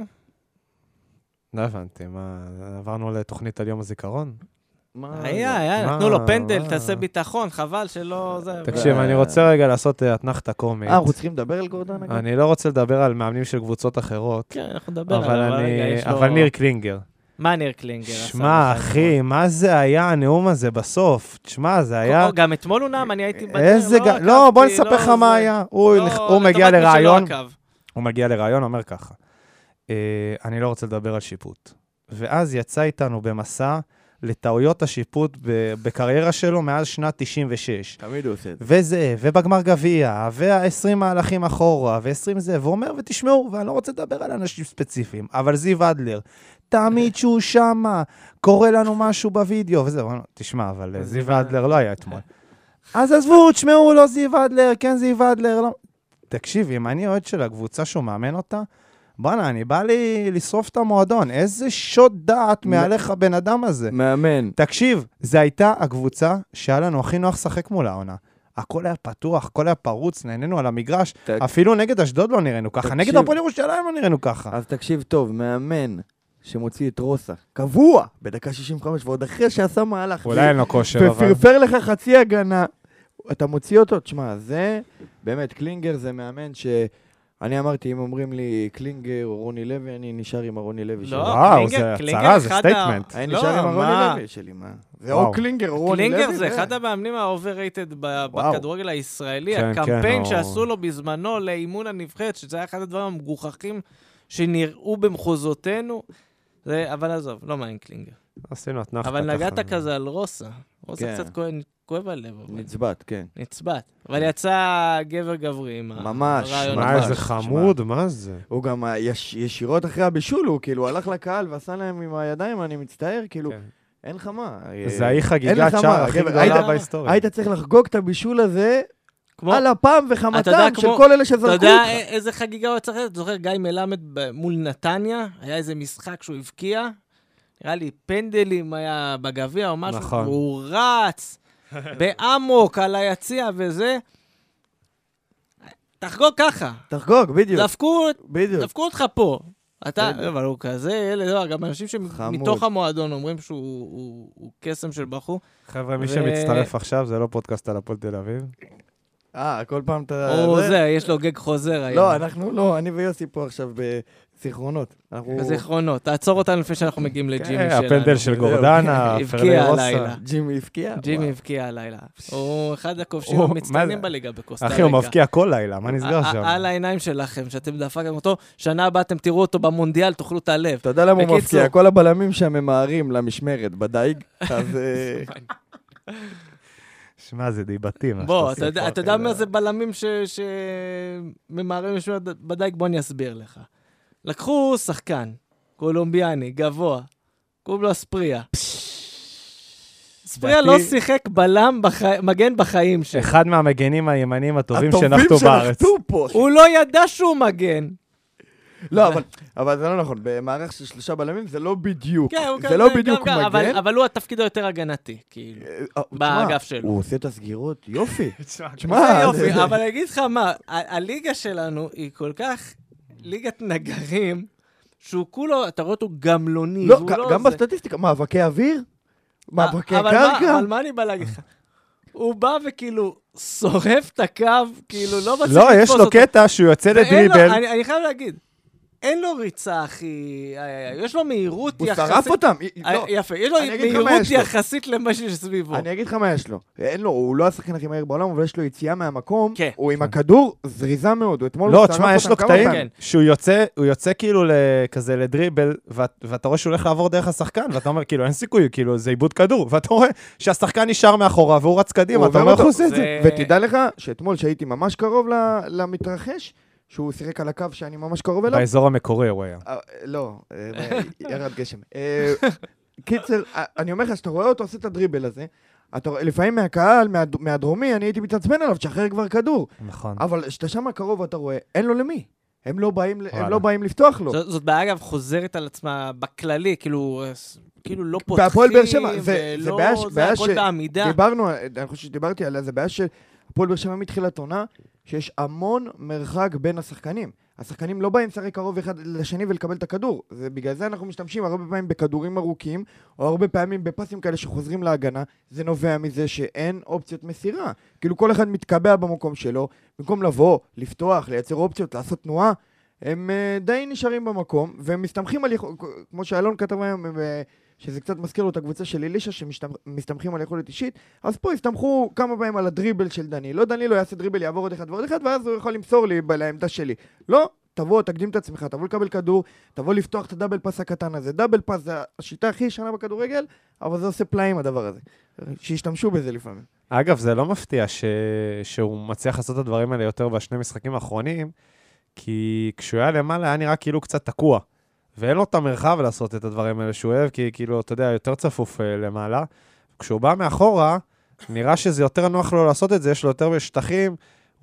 לא הבנתי, מה, עברנו לתוכנית על יום הזיכרון? היה, היה, נתנו לו פנדל, תעשה ביטחון, חבל שלא... תקשיב, אני רוצה רגע לעשות אתנחתה קומית. אה, אנחנו צריכים לדבר על גורדנה? אני לא רוצה לדבר על מאמנים של קבוצות אחרות. כן, אנחנו נדבר עליו. אבל ניר קלינגר. מה ניר קלינגר? שמע, אחי, מה זה היה הנאום הזה בסוף? תשמע, זה היה... גם אתמול הוא נאם, אני הייתי בדרך, איזה... לא, בוא נספר לך מה היה. הוא מגיע לרעיון, הוא מגיע לרעיון, אומר ככה. אני לא רוצה לדבר על שיפוט. ואז יצא איתנו במסע לטעויות השיפוט בקריירה שלו מאז שנת תשעים ושש. תמיד הוא עושה את זה. וזה, ובגמר גביע, וה-עשרים מהלכים אחורה, ו-עשרים זה, והוא אומר, ותשמעו, ואני לא רוצה לדבר על אנשים ספציפיים, אבל זיו אדלר, תמיד שהוא שמה, קורא לנו משהו בווידאו, וזה, תשמע, אבל זיו אדלר לא היה אתמול. אז עזבו, תשמעו, לא זיו אדלר, כן זיו אדלר, לא. תקשיב, אם אני אוהד של הקבוצה שהוא מאמן אותה, בוא'נה, אני בא לי לשרוף את המועדון. איזה שוד דעת מעליך הבן אדם הזה. מאמן. תקשיב, זו הייתה הקבוצה שהיה לנו הכי נוח לשחק מול העונה. הכל היה פתוח, הכל היה פרוץ, נהנינו על המגרש. תק... אפילו נגד אשדוד לא נראינו ככה, תקשיב... נגד הפועל ירושלים לא נראינו ככה. אז תקשיב טוב, מאמן שמוציא את רוסה, קבוע, בדקה שישים וחמש, ועוד אחרי שעשה מהלך. אולי אין לו כושר, אבל... ופרפר לך חצי הגנה, אתה מוציא אותו, תשמע, זה, באמת, קלינגר זה מאמן ש... אני אמרתי, אם אומרים לי קלינגר או רוני לוי, אני נשאר עם הרוני לוי שלי. וואו, זה הצהרה, זה סטייטמנט. אני נשאר עם הרוני לוי שלי, מה? זה או קלינגר או רוני לוי. קלינגר זה אחד המאמנים האובררייטד בכדורגל הישראלי. הקמפיין שעשו לו בזמנו לאימון הנבחרת, שזה היה אחד הדברים המגוחכים שנראו במחוזותינו. אבל עזוב, לא מעניין קלינגר. עשינו התנחת. אבל נגעת כזה על רוסה. רוסה קצת כואב הלב. נצבט, כן. נצבט. אבל יצא גבר גברי. ממש. מה, איזה חמוד, מה זה? הוא גם ישירות אחרי הבישול, הוא כאילו הלך לקהל ועשה להם עם הידיים, אני מצטער, כאילו, אין לך מה. זה היה חגיגת שער הכי גדולה בהיסטוריה. היית צריך לחגוג את הבישול הזה על הפעם וחמתם של כל אלה שזרקו אותך. אתה יודע איזה חגיגה הוא צריך? אתה זוכר, גיא מלמד מול נתניה, היה איזה משחק שהוא הבקיע, נראה לי פנדלים היה בגביע או משהו, נכון. הוא רץ באמוק על היציע וזה. תחגוג ככה. תחגוג, בדיוק. דפקו, בדיוק. דפקו אותך פה. אתה, אבל הוא כזה, ילד, גם אנשים שמתוך המועדון אומרים שהוא הוא, הוא קסם של בחור. חבר'ה, מי שמצטרף עכשיו, זה לא פודקאסט על הפועל תל אביב. אה, כל פעם אתה... או זה, יש לו גג חוזר היום. לא, אנחנו לא, אני ויוסי פה עכשיו בזיכרונות. בזיכרונות, תעצור אותנו לפני שאנחנו מגיעים לג'ימי שלנו. הפנדל של גורדנה, הבקיע הלילה. ג'ימי הבקיע? ג'ימי הבקיע הלילה. הוא אחד הכובשים המצטיינים בליגה בקוסטה ריקה. אחי, הוא מבקיע כל לילה, מה נסגר שם? על העיניים שלכם, שאתם דפקתם אותו, שנה הבאה אתם תראו אותו במונדיאל, תאכלו את הלב. אתה יודע למה הוא מבקיע? כל הבלמים שם ממהרים למשמרת בדייג, אז... שמע, זה דיבתי. בוא, אתה יודע מה זה בלמים שממהרים למשמרת בדייג? בוא אני אסביר לך. לקחו שחקן, קולומביאני, גבוה, קוראים לו אספריה. אספריה לא שיחק בלם מגן בחיים שלו. אחד מהמגנים הימנים הטובים שנחתו בארץ. הוא לא ידע שהוא מגן. לא, אבל זה לא נכון. במערך של שלושה בלמים זה לא בדיוק. זה לא בדיוק מגן. אבל הוא התפקיד היותר הגנתי, כאילו, באגף שלו. הוא עושה את הסגירות, יופי. תשמע, יופי, אבל אני אגיד לך מה, הליגה שלנו היא כל כך ליגת נגרים, שהוא כולו, אתה רואה אותו גמלוני. לא, גם בסטטיסטיקה, מאבקי אוויר? מאבקי קרקע? אבל מה אני בא להגיד לך? הוא בא וכאילו שורף את הקו, כאילו לא מצליח לתפוס אותו. לא, יש לו קטע שהוא יוצא לדריבל. אני חייב להגיד, אין לו ריצה, אחי, יש לו מהירות יחסית. הוא שרף אותם. יפה, יש לו מהירות יחסית למה שסביבו. אני אגיד לך מה יש לו. אין לו, הוא לא השחקן הכי מהיר בעולם, אבל יש לו יציאה מהמקום, הוא עם הכדור זריזה מאוד. לא, תשמע, יש לו קטעים שהוא יוצא כאילו כזה לדריבל, ואתה רואה שהוא הולך לעבור דרך השחקן, ואתה אומר, כאילו, אין סיכוי, כאילו, זה איבוד כדור, ואתה רואה שהשחקן נשאר מאחורה, והוא רץ קדימה, אתה אומר, איך הוא עושה את זה? ותדע לך שאתמול שהייתי ממש קרוב למתרחש, שהוא שיחק על הקו שאני ממש קרוב אליו. באזור המקורי הוא היה. לא, ירד גשם. קיצר, אני אומר לך, שאתה רואה אותו עושה את הדריבל הזה, לפעמים מהקהל, מהדרומי, אני הייתי מתעצבן עליו, תשחרר כבר כדור. נכון. אבל שאתה שם קרוב ואתה רואה, אין לו למי. הם לא באים, הם לא באים לפתוח לו. זאת, זאת בעיה, אגב, חוזרת על עצמה בכללי, כאילו, כאילו לא פותחים, והפועל באר שבע, זה, ולא, זה בעיה, זה בעיה הכל בעמידה. דיברנו, אני חושב שדיברתי עליה, זה בעיה של הפועל באר שבע מתחילת עונה, שיש המון מרחק בין השחקנים. השחקנים לא באים לשחק קרוב אחד לשני ולקבל את הכדור. זה בגלל זה אנחנו משתמשים הרבה פעמים בכדורים ארוכים, או הרבה פעמים בפסים כאלה שחוזרים להגנה. זה נובע מזה שאין אופציות מסירה. כאילו כל אחד מתקבע במקום שלו, במקום לבוא, לפתוח, לייצר אופציות, לעשות תנועה, הם uh, די נשארים במקום, והם מסתמכים על, כמו שאלון כתב היום, הם, uh, שזה קצת מזכיר לו את הקבוצה של אלישה, שמסתמכים על יכולת אישית, אז פה הסתמכו כמה פעמים על הדריבל של דני. לא דני לא יעשה דריבל, יעבור עוד אחד ועוד אחד, ואז הוא יכול למסור לי לעמדה שלי. לא, תבוא, תקדים את עצמך, תבוא לקבל כדור, תבוא לפתוח את הדאבל פס הקטן הזה. דאבל פס זה השיטה הכי ישנה בכדורגל, אבל זה עושה פלאים הדבר הזה. שישתמשו בזה לפעמים. אגב, זה לא מפתיע ש... שהוא מצליח לעשות את הדברים האלה יותר בשני משחקים האחרונים, כי כשהוא היה למעלה היה נראה כאילו קצת תקוע. ואין לו את המרחב לעשות את הדברים האלה שהוא אוהב, כי כאילו, אתה יודע, יותר צפוף למעלה. כשהוא בא מאחורה, נראה שזה יותר נוח לו לעשות את זה, יש לו יותר שטחים,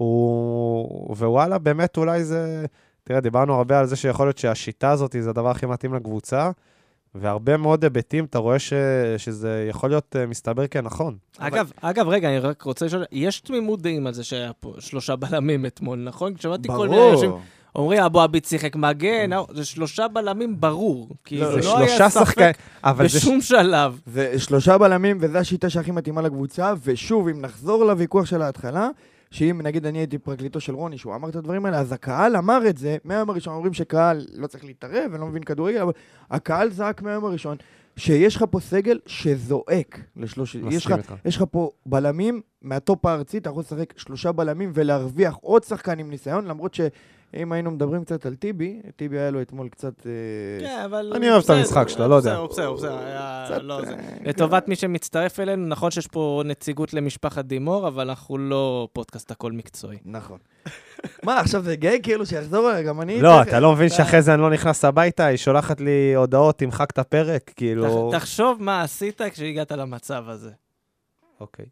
הוא... ווואלה, באמת אולי זה... תראה, דיברנו הרבה על זה שיכול להיות שהשיטה הזאת זה הדבר הכי מתאים לקבוצה, והרבה מאוד היבטים, אתה רואה ש... שזה יכול להיות מסתבר כנכון. אגב, אבל... אגב, רגע, אני רק רוצה לשאול, יש תמימות דעים על זה שהיה פה שלושה בלמים אתמול, נכון? כשמעתי כל מיני אנשים... אומרים, אבו עביד שיחק מגן, זה שלושה בלמים ברור. כי זה לא היה ספק בשום שלב. זה שלושה בלמים, וזו השיטה שהכי מתאימה לקבוצה, ושוב, אם נחזור לוויכוח של ההתחלה, שאם נגיד אני הייתי פרקליטו של רוני, שהוא אמר את הדברים האלה, אז הקהל אמר את זה, מהיום הראשון אומרים שקהל לא צריך להתערב, ולא מבין כדורגל, אבל הקהל זעק מהיום הראשון, שיש לך פה סגל שזועק לשלוש... יש לך, יש לך פה בלמים מהטופ הארצי, אתה יכול לשחק שלושה בלמים ולהרוויח עוד שחקן עם ניסיון, למרות שאם היינו מדברים קצת על טיבי, טיבי היה לו אתמול קצת... כן, אבל... אני אוהב את המשחק שלו, לא יודע. בסדר, בסדר, בסדר. לטובת מי שמצטרף אלינו, נכון שיש פה נציגות למשפחת דימור, אבל אנחנו לא פודקאסט הכל מקצועי. נכון. מה, עכשיו זה גיי כאילו שיחזור, גם אני... לא, אתה לא מבין שאחרי זה אני לא נכנס הביתה, היא שולחת לי הודעות, תמחק את הפרק, כאילו... תחשוב מה עשית כשהגעת למצב הזה. אוקיי.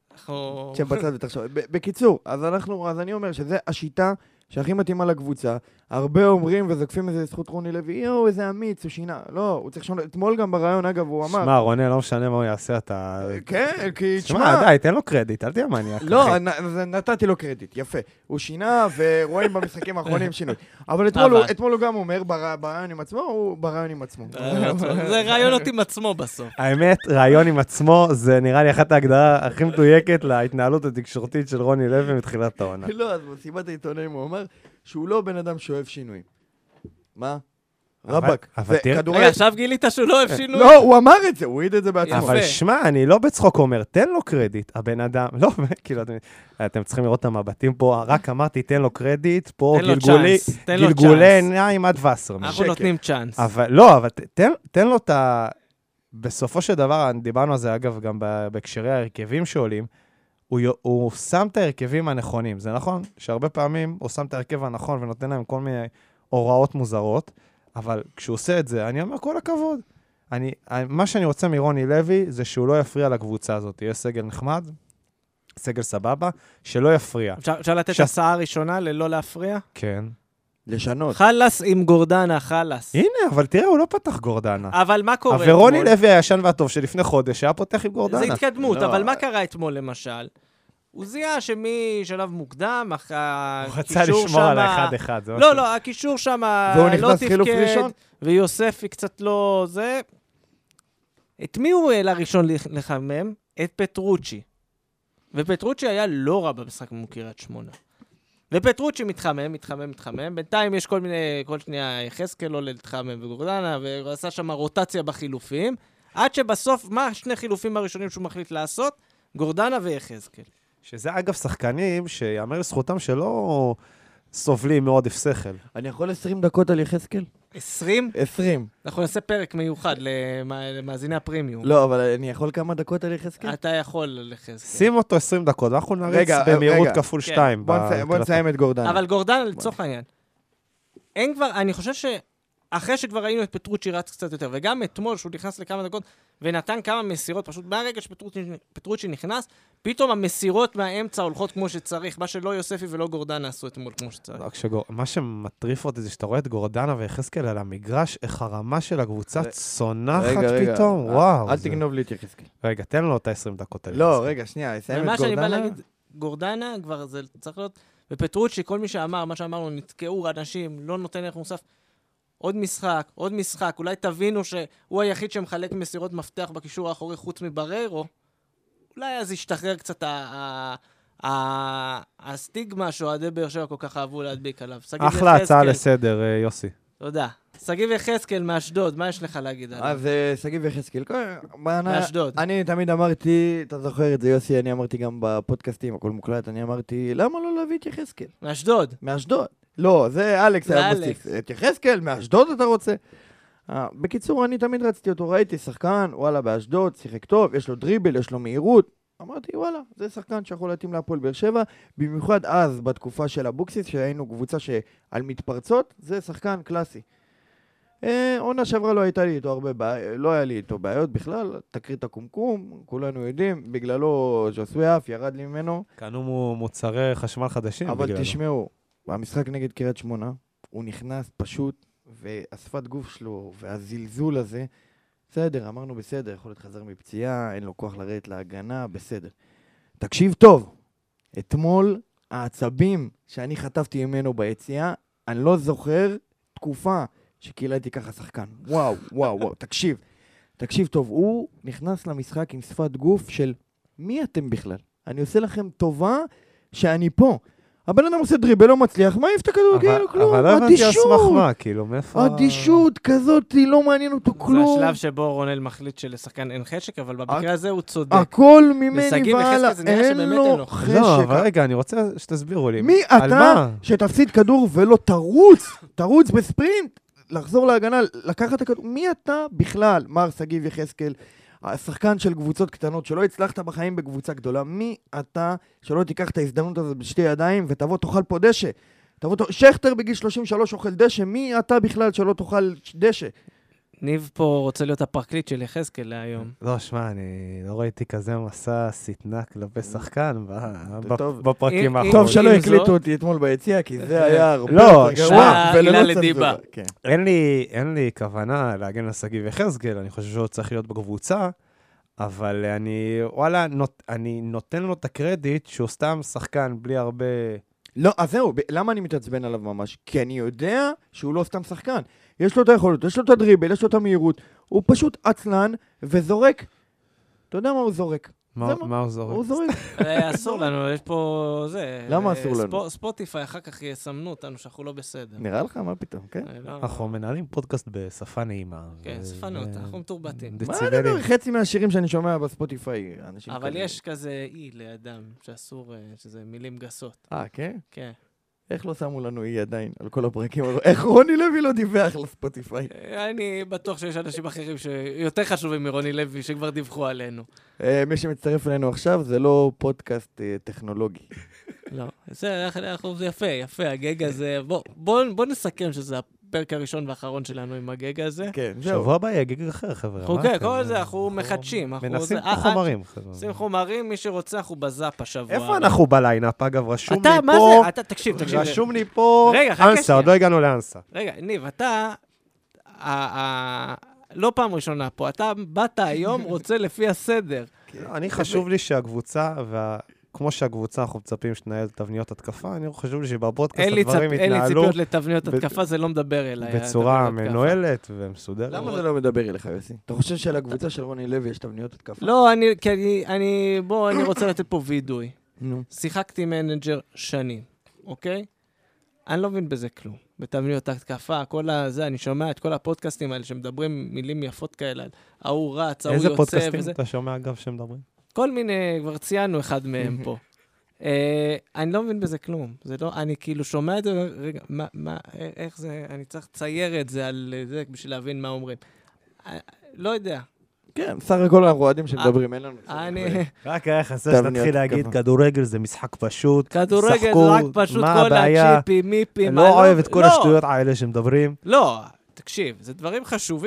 שבצד ותחשוב. בקיצור, אז אנחנו, אז אני אומר שזה השיטה שהכי מתאימה לקבוצה. הרבה אומרים וזקפים איזה זכות רוני לוי, יואו, איזה אמיץ, הוא שינה. לא, הוא צריך לשנות. אתמול גם ברעיון, אגב, הוא אמר... שמע, רוני, לא משנה מה הוא יעשה, אתה... כן, כי... שמע, די, תן לו קרדיט, אל תהיה מניאק. לא, נתתי לו קרדיט, יפה. הוא שינה, ורואים במשחקים האחרונים שינוי. אבל אתמול הוא גם אומר, ברעיון עם עצמו, הוא ברעיון עם עצמו. זה רעיונות עם עצמו בסוף. האמת, רעיון עם עצמו, זה נראה לי אחת ההגדרה הכי מדויקת להתנהלות התקשורתית של רוני לוי מתחילת העונה. לא, אז בסיבת העיתונאים הוא אומר שהוא לא בן אדם שאוהב שינוי. מה? רבק. רגע, עכשיו גילית שהוא לא אוהב שינוי? לא, הוא אמר את זה, הוא העיד את זה בעצמו. אבל שמע, אני לא בצחוק אומר, תן לו קרדיט, הבן אדם, לא, כאילו, אתם צריכים לראות את המבטים פה, רק אמרתי, תן לו קרדיט, פה גלגולי עיניים עד וסר. אנחנו נותנים צ'אנס. לא, אבל תן לו את ה... בסופו של דבר, דיברנו על זה, אגב, גם בהקשרי ההרכבים שעולים, הוא שם את ההרכבים הנכונים. זה נכון שהרבה פעמים הוא שם את ההרכב הנכון ונותן להם כל מיני הוראות מוזרות, אבל כשהוא עושה את זה, אני אומר כל הכבוד. אני, מה שאני רוצה מרוני לוי זה שהוא לא יפריע לקבוצה הזאת. יהיה סגל נחמד, סגל סבבה, שלא יפריע. אפשר, אפשר לתת ש... הצעה הראשונה ללא להפריע? כן. לשנות. חלס עם גורדנה, חלס. הנה, אבל תראה, הוא לא פתח גורדנה. אבל מה קורה אתמול? ורוני לוי הישן והטוב שלפני חודש היה פותח עם גורדנה. זה התקדמות, לא. אבל מה קרה אתמול למשל? הוא זיהה שמשלב מוקדם, הוא רצה לשמור על האחד-אחד. לא, לא, הקישור שם לא תפקד, ויוספי קצת לא זה. את מי הוא העלה ראשון לחמם? את פטרוצ'י. ופטרוצ'י היה לא רע במשחק מול קריית שמונה. ופטרוצ'י מתחמם, מתחמם, מתחמם. בינתיים יש כל מיני, כל שנייה חזקאל לא להתחמם וגורדנה, והוא עשה שם רוטציה בחילופים, עד שבסוף, מה שני חילופים הראשונים שהוא מחליט לעשות? גורדנה ויחזקאל. שזה אגב שחקנים שיאמר לזכותם שלא סובלים מאוד שכל. אני יכול עשרים דקות על יחזקאל? עשרים? עשרים. אנחנו נעשה פרק מיוחד למאזיני הפרימיום. לא, אבל אני יכול כמה דקות על יחזקאל? אתה יכול לחזקאל. שים אותו עשרים דקות, אנחנו נריץ במהירות כפול שתיים. בוא נסיים את גורדנה. אבל גורדנה, לצורך העניין, אין כבר, אני חושב שאחרי שכבר ראינו את פטרוצ'י רץ קצת יותר, וגם אתמול שהוא נכנס לכמה דקות, ונתן כמה מסירות, פשוט מהרגע שפטרוצ'י נכנס, פתאום המסירות מהאמצע הולכות כמו שצריך, מה שלא יוספי ולא גורדנה עשו אתמול כמו שצריך. מה שמטריף אותי זה שאתה רואה את גורדנה ויחזקאל על המגרש, איך הרמה של הקבוצה צונחת פתאום, וואו. אל תגנוב לי את יחזקאל. רגע, תן לו את ה-עשרים דקות האלה. לא, רגע, שנייה, אסיים את מה שאני בא גורדנה. להגיד, גורדנה כבר זה צריך להיות, ופטרוצ'י, כל מי שאמר, מה שאמרנו, נתקעו אנשים, לא נותן ערך מוסף. עוד משחק, עוד משחק, אולי תבינו שהוא היחיד שמחלק מסירות מפתח בקישור האחורי חוץ מבררו, אולי אז ישתחרר קצת הסטיגמה שאוהדי באר שבע כל כך אהבו להדביק עליו. אחלה הצעה לסדר, יוסי. תודה. שגיב יחזקאל מאשדוד, מה יש לך להגיד עליו? אז שגיב יחזקאל, מאשדוד. אני תמיד אמרתי, אתה זוכר את זה יוסי, אני אמרתי גם בפודקאסטים, הכל מוקלט, אני אמרתי, למה לא להביא את יחזקאל? מאשדוד. מאשדוד. לא, זה אלכס היה מוסיף. את יחזקאל, מאשדוד אתה רוצה? בקיצור, אני תמיד רציתי אותו, ראיתי שחקן, וואלה, באשדוד, שיחק טוב, יש לו דריבל, יש לו מהירות. אמרתי, וואלה, זה שחקן שיכול להתאים להפועל באר שבע, במיוחד אז, בתקופה של אבוקסיס, שהיינו קבוצה שעל מתפרצות, זה שחקן קלאסי. עונה שעברה לא הייתה לי איתו הרבה בעיות, לא היה לי איתו בעיות בכלל, תקרית הקומקום, כולנו יודעים, בגללו ז'וסוי אף ירד לי ממנו. קנו מוצרי חשמל חדשים בגללו. אבל תשמעו, במשחק נגד קריית שמונה, הוא נכנס פשוט, והשפת גוף שלו, והזלזול הזה, בסדר, אמרנו בסדר, יכול להיות חזר מפציעה, אין לו כוח לרדת להגנה, בסדר. תקשיב טוב, אתמול העצבים שאני חטפתי ממנו ביציאה, אני לא זוכר תקופה שקיללתי ככה שחקן. וואו, וואו, וואו, תקשיב. תקשיב טוב, הוא נכנס למשחק עם שפת גוף של מי אתם בכלל? אני עושה לכם טובה שאני פה. הבן אדם עושה דריבל, לא מצליח, מה יפת הכדור? כאילו, כלום, אבל לא הבנתי על סמך מה, כאילו, מאיפה... אדישות כזאת, לא מעניין אותו כלום. זה השלב שבו רונל מחליט שלשחקן אין חשק, אבל במקרה הזה הוא צודק. הכל ממני ועלה, אין לו חשק. לא, אבל רגע, אני רוצה שתסבירו לי. מי אתה שתפסיד כדור ולא תרוץ, תרוץ בספרינט, לחזור להגנה, לקחת את הכדור? מי אתה בכלל, מר שגיב יחזקאל? השחקן של קבוצות קטנות, שלא הצלחת בחיים בקבוצה גדולה, מי אתה שלא תיקח את ההזדמנות הזאת בשתי ידיים ותבוא תאכל פה דשא? תבוא תאכל... שכתר בגיל שלושים ושלוש אוכל דשא, מי אתה בכלל שלא תאכל דשא? ניב פה רוצה להיות הפרקליט של יחזקאל להיום. לא, שמע, אני לא ראיתי כזה מסע סטנה כלפי שחקן בפרקים האחרונים. טוב שלא הקליטו אותי אתמול ביציאה, כי זה היה הרבה יותר גרוע, ולא צנזורה. אין לי כוונה להגן על שגיב יחזקאל, אני חושב שהוא צריך להיות בקבוצה, אבל אני, וואלה, אני נותן לו את הקרדיט שהוא סתם שחקן בלי הרבה... לא, אז זהו, למה אני מתעצבן עליו ממש? כי אני יודע שהוא לא סתם שחקן. יש לו את היכולות, יש לו את הדריבל, יש לו את המהירות. הוא פשוט עצלן וזורק. אתה יודע מה הוא זורק? מה הוא זורק? הוא זורק. אסור לנו, יש פה זה. למה אסור לנו? ספוטיפיי אחר כך יסמנו אותנו שאנחנו לא בסדר. נראה לך? מה פתאום, כן? אנחנו מנהלים פודקאסט בשפה נעימה. כן, שפה נאותה, אנחנו מתורבתים. מה הדבר? חצי מהשירים שאני שומע בספוטיפיי, אנשים כאלה. אבל יש כזה אי לאדם שאסור, שזה מילים גסות. אה, כן? כן. איך לא שמו לנו אי עדיין על כל הפרקים? איך רוני לוי לא דיווח לספוטיפיי? אני בטוח שיש אנשים אחרים שיותר חשובים מרוני לוי שכבר דיווחו עלינו. מי שמצטרף אלינו עכשיו זה לא פודקאסט טכנולוגי. לא, זה יפה, יפה, הגג הזה. בוא נסכם שזה הפרק הראשון והאחרון שלנו עם הגג הזה. כן, זהו. שבוע הבא יהיה גג אחר, חבר'ה. כן, כל זה אנחנו מחדשים. מנסים פה חומרים. עושים חומרים, מי שרוצה, אנחנו בזאפ השבוע. איפה אנחנו בליינאפ? אגב, רשום לי פה... אתה, מה זה? אתה, תקשיב, תקשיב. רשום לי פה... רגע, חכה אנסה, עוד לא הגענו לאנסה. רגע, ניב, אתה... לא פעם ראשונה פה, אתה באת היום רוצה לפי הסדר. אני חשוב לי שהקבוצה וה... כמו שהקבוצה אנחנו מצפים שתנהל תבניות התקפה, אני חושב לי שבפודקאסט הדברים יתנהלו... אין לי ציפיות לתבניות התקפה, זה לא מדבר אליי. בצורה מנוהלת ומסודרת. למה זה לא מדבר אליך, יוסי? אתה חושב שלקבוצה של רוני לוי יש תבניות התקפה? לא, כי אני... בוא, אני רוצה לתת פה וידוי. שיחקתי מנג'ר שנים, אוקיי? אני לא מבין בזה כלום. בתבניות התקפה, כל הזה, אני שומע את כל הפודקאסטים האלה שמדברים מילים יפות כאלה, ההוא רץ, ההוא יוצא. איזה פודקאסטים אתה שומע אגב שמדברים? כל מיני, כבר ציינו אחד מהם פה. אני לא מבין בזה כלום. זה לא, אני כאילו שומע את זה, רגע, מה, מה, איך זה, אני צריך לצייר את זה על זה בשביל להבין מה אומרים. לא יודע. כן, סך הכל אנחנו אוהדים שמדברים, אין לנו... אני... רק היה חסר שתתחיל להגיד, כדורגל זה משחק פשוט, כדורגל זה רק פשוט כל הצ'יפים, מיפים, אני לא אוהב את כל השטויות האלה שמדברים. לא, תקשיב, זה דברים חשובים.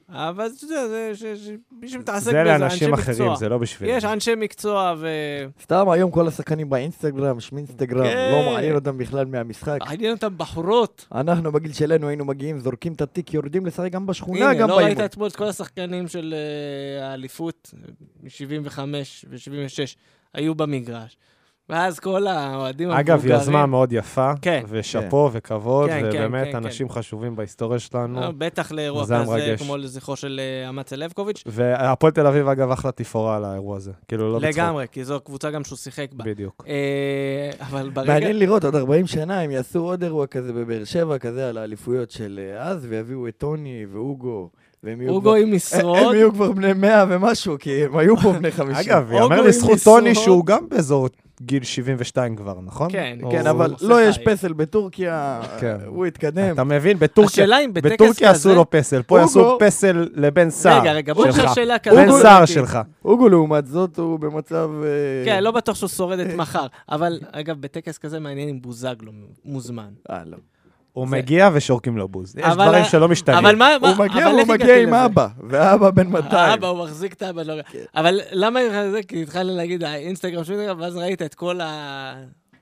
אבל אתה יודע, זה מי שמתעסק זה בזה, לאנשים אנשי אחרים, מקצוע. זה לא בשביל. יש אנשי מקצוע ו... סתם היום כל השחקנים באינסטגרם, שמינסטגרם, כן. לא מעניין אותם בכלל מהמשחק. מעניין אותם בחורות. אנחנו בגיל שלנו היינו מגיעים, זורקים את התיק, יורדים לשחק גם בשכונה, הנה, גם לא ראית באימון. אתמול את כל השחקנים של אה, האליפות, מ-שבעים וחמש ו-שבעים ושש, היו במגרש. ואז כל האוהדים המבוגרים... אגב, יוזמה מאוד יפה, כן. ושפו וכבוד, כן, כן, ובאמת כן, אנשים חשובים בהיסטוריה שלנו. אה, בטח לאירוע זה כזה, מרגש. כמו לזכרו של אה, אמציה לבקוביץ'. והפועל תל אביב, אגב, אחלה תפאורה על האירוע הזה. כאילו, לא בצחוק. לגמרי, כי זו קבוצה גם שהוא שיחק בה. בדיוק. אה, אבל ברגע... מעניין לראות עוד ארבעים שנה, הם יעשו עוד אירוע כזה בבאר שבע, כזה על האליפויות של אה, אז, ויביאו את טוני ואוגו. והם יהיו אוגו כבר- עם משרות. הם יהיו כבר בני מאה ומשהו, כי הם היו פה בני חמישים. אגב, אוגו יאמר עם לזכות משרות. טוני שהוא גם באזור גיל שבעים ושתיים כבר, נכון? כן, הוא- כן, אבל עושה לא יש חיים. פסל בטורקיה, כן. הוא התקדם. אתה מבין, בטורקיה, השאלה אם בטקס בטורקיה כזה... עשו לו פסל, פה אוגו- יעשו פסל לבן סער רגע, רגע, בוא נשאל שלך. שאלה כזאת. בן אוגו- סער אוקיי. שלך. אוגו לעומת זאת הוא במצב... אה, כן, לא בטוח שהוא שורד את מחר. אבל, אגב, בטקס כזה מעניין אם בוזגלו מוזמן. אה, לא. הוא זה- מגיע ושורקים לו בוז. יש אבל- דברים שלא משתנים. אבל מה... מה- הוא מגיע, אבל הוא איך מגיע הגעתי עם לזה? אבא, ואבא בן מאתיים. האבא, הוא מחזיק את האבא. לא- אבל למה היא זה? כי התחלנו להגיד האינסטגרם שלי, ואז ראית את כל ה...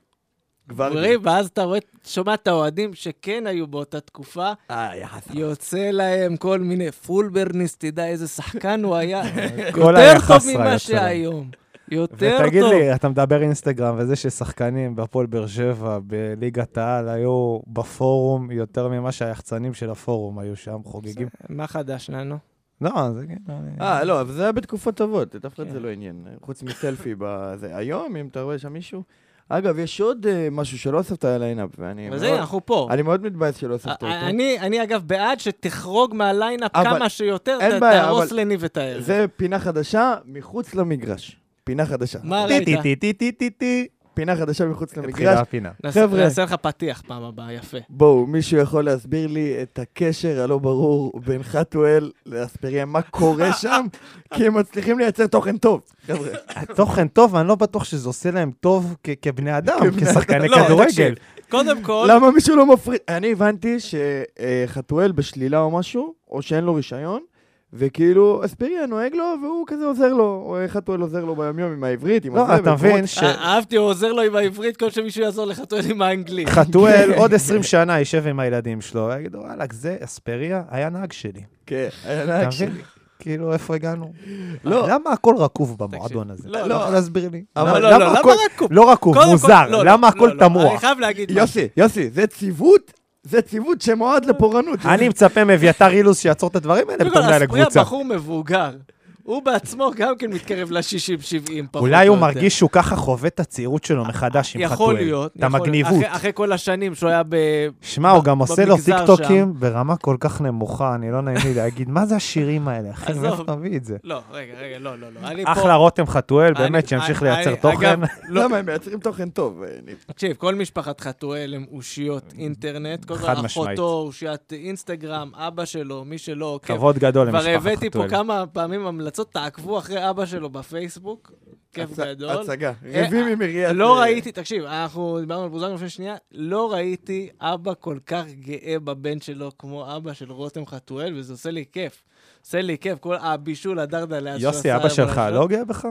כבר... דברים, ואז אתה רואה, שומע את האוהדים שכן היו באותה תקופה, אה, יחס. יוצא להם כל מיני פולברניסט, תדע איזה שחקן הוא היה, כל יותר היחס טוב רע ממה יוצא להם. שהיום. יותר ותגיד טוב. לי, אתה מדבר אינסטגרם, וזה ששחקנים בהפועל באר שבע, בליגת העל, היו בפורום יותר ממה שהיחצנים של הפורום היו שם חוגגים. מה חדש לנו? לא, זה... אה, לא, אבל זה היה בתקופות טובות, את אף אחד כן. זה לא עניין. חוץ מסלפי בזה. היום, אם אתה רואה שם מישהו... אגב, יש עוד אה, משהו שלא אספת על הליינאפ, ואני וזה, מאוד- אנחנו פה. אני מאוד מתבאס שלא אספת אותו. אני, אני אגב בעד שתחרוג מהליינאפ אבל- כמה שיותר, אין ת- בעיה, תהרוס אבל- לניב את הערב. זה פינה חדשה מחוץ למגרש. פינה חדשה. מה טי ראית? טי טי טי טי טי טי. פינה חדשה מחוץ למגרש. התחילה הפינה. נעשה- חבר'ה. נעשה לך פתיח פעם הבאה, יפה. בואו, מישהו יכול להסביר לי את הקשר הלא ברור בין חתואל לאספריה, מה קורה שם? כי הם מצליחים לייצר תוכן טוב, חבר'ה. התוכן טוב, אני לא בטוח שזה עושה להם טוב כ- כבני אדם, כבני כשחקני לא, כדורגל. תקשיב, קודם כל, למה מישהו לא מפריד? אני הבנתי שחתואל בשלילה או משהו, או שאין לו רישיון, וכאילו אספריה נוהג לו, והוא כזה עוזר לו, או חתואל עוזר לו ביומיום עם העברית, עם לא, הזה, אתה וברות. מבין ש... אה, אהבתי, הוא עוזר לו עם העברית, כל שמישהו יעזור לחתואל עם האנגלית. חתואל עוד עשרים שנה יישב עם הילדים שלו, ויגידו, וואלכ, זה אספריה היה נהג שלי. כן, היה אתה נהג מבין? שלי. כאילו, איפה הגענו? לא. למה הכל רקוב במועדון הזה? לא, לא, לא. לא יכול להסביר לי. אבל לא, למה לא, הכל- למה רקוב? לא רקוב, קודם כל- מוזר. לא, למה לא, הכל לא, תמוה? אני חייב להגיד משהו. יוסי, יוסי, זה ציוות, זה ציוות שמועד לפורענות. אני מצפה מאביתר אילוז שיעצור את הדברים האלה קודם בתור כל, מנהל אספריה הקבוצה. בחור מבוגר. הוא בעצמו גם כן מתקרב ל-שישים שבעים פחות. אולי הוא או יותר. מרגיש שהוא ככה חווה את הצעירות שלו מחדש עם חתואל. יכול להיות. את יכול להיות. המגניבות. אחרי- אחרי כל השנים שהוא היה ב... שמע, הוא גם עושה לו במגזר טיקטוקים ברמה כל כך נמוכה, אני לא נעים לי להגיד, מה זה השירים האלה, אחי? עזוב. מאיפה אתה מביא את זה? לא, רגע, רגע, לא, לא, לא. אני פה... אחלה רותם חתואל, אני- באמת, שימשיך אני- לייצר אני- תוכן. אגב, לא, למה הם מייצרים תוכן טוב? אה, ניב? תקשיב, כל משפחת חתואל הם אושיות אינטרנט, כל חד כך משמעית. אחותו, אושיית אינסטגרם, אבא שלו, מי שלא עוקב. כבוד גדול כבר למשפחת הבאתי פה חתואל. כמה פעמים המלצות, תעקבו אחרי אבא שלו בפייסבוק, כיף הצ- גדול. הצגה. אה, רבים עם עיריית... לא אה, ראיתי, תקשיב, אנחנו דיברנו על בוזגלו לפני שנייה, לא ראיתי אבא כל כך גאה בבן שלו כמו אבא של רותם חתואל, וזה עושה לי כיף. עושה לי כיף, כל הבישול, הדרדלה. יוסי, אבא שלך לא גאה בך?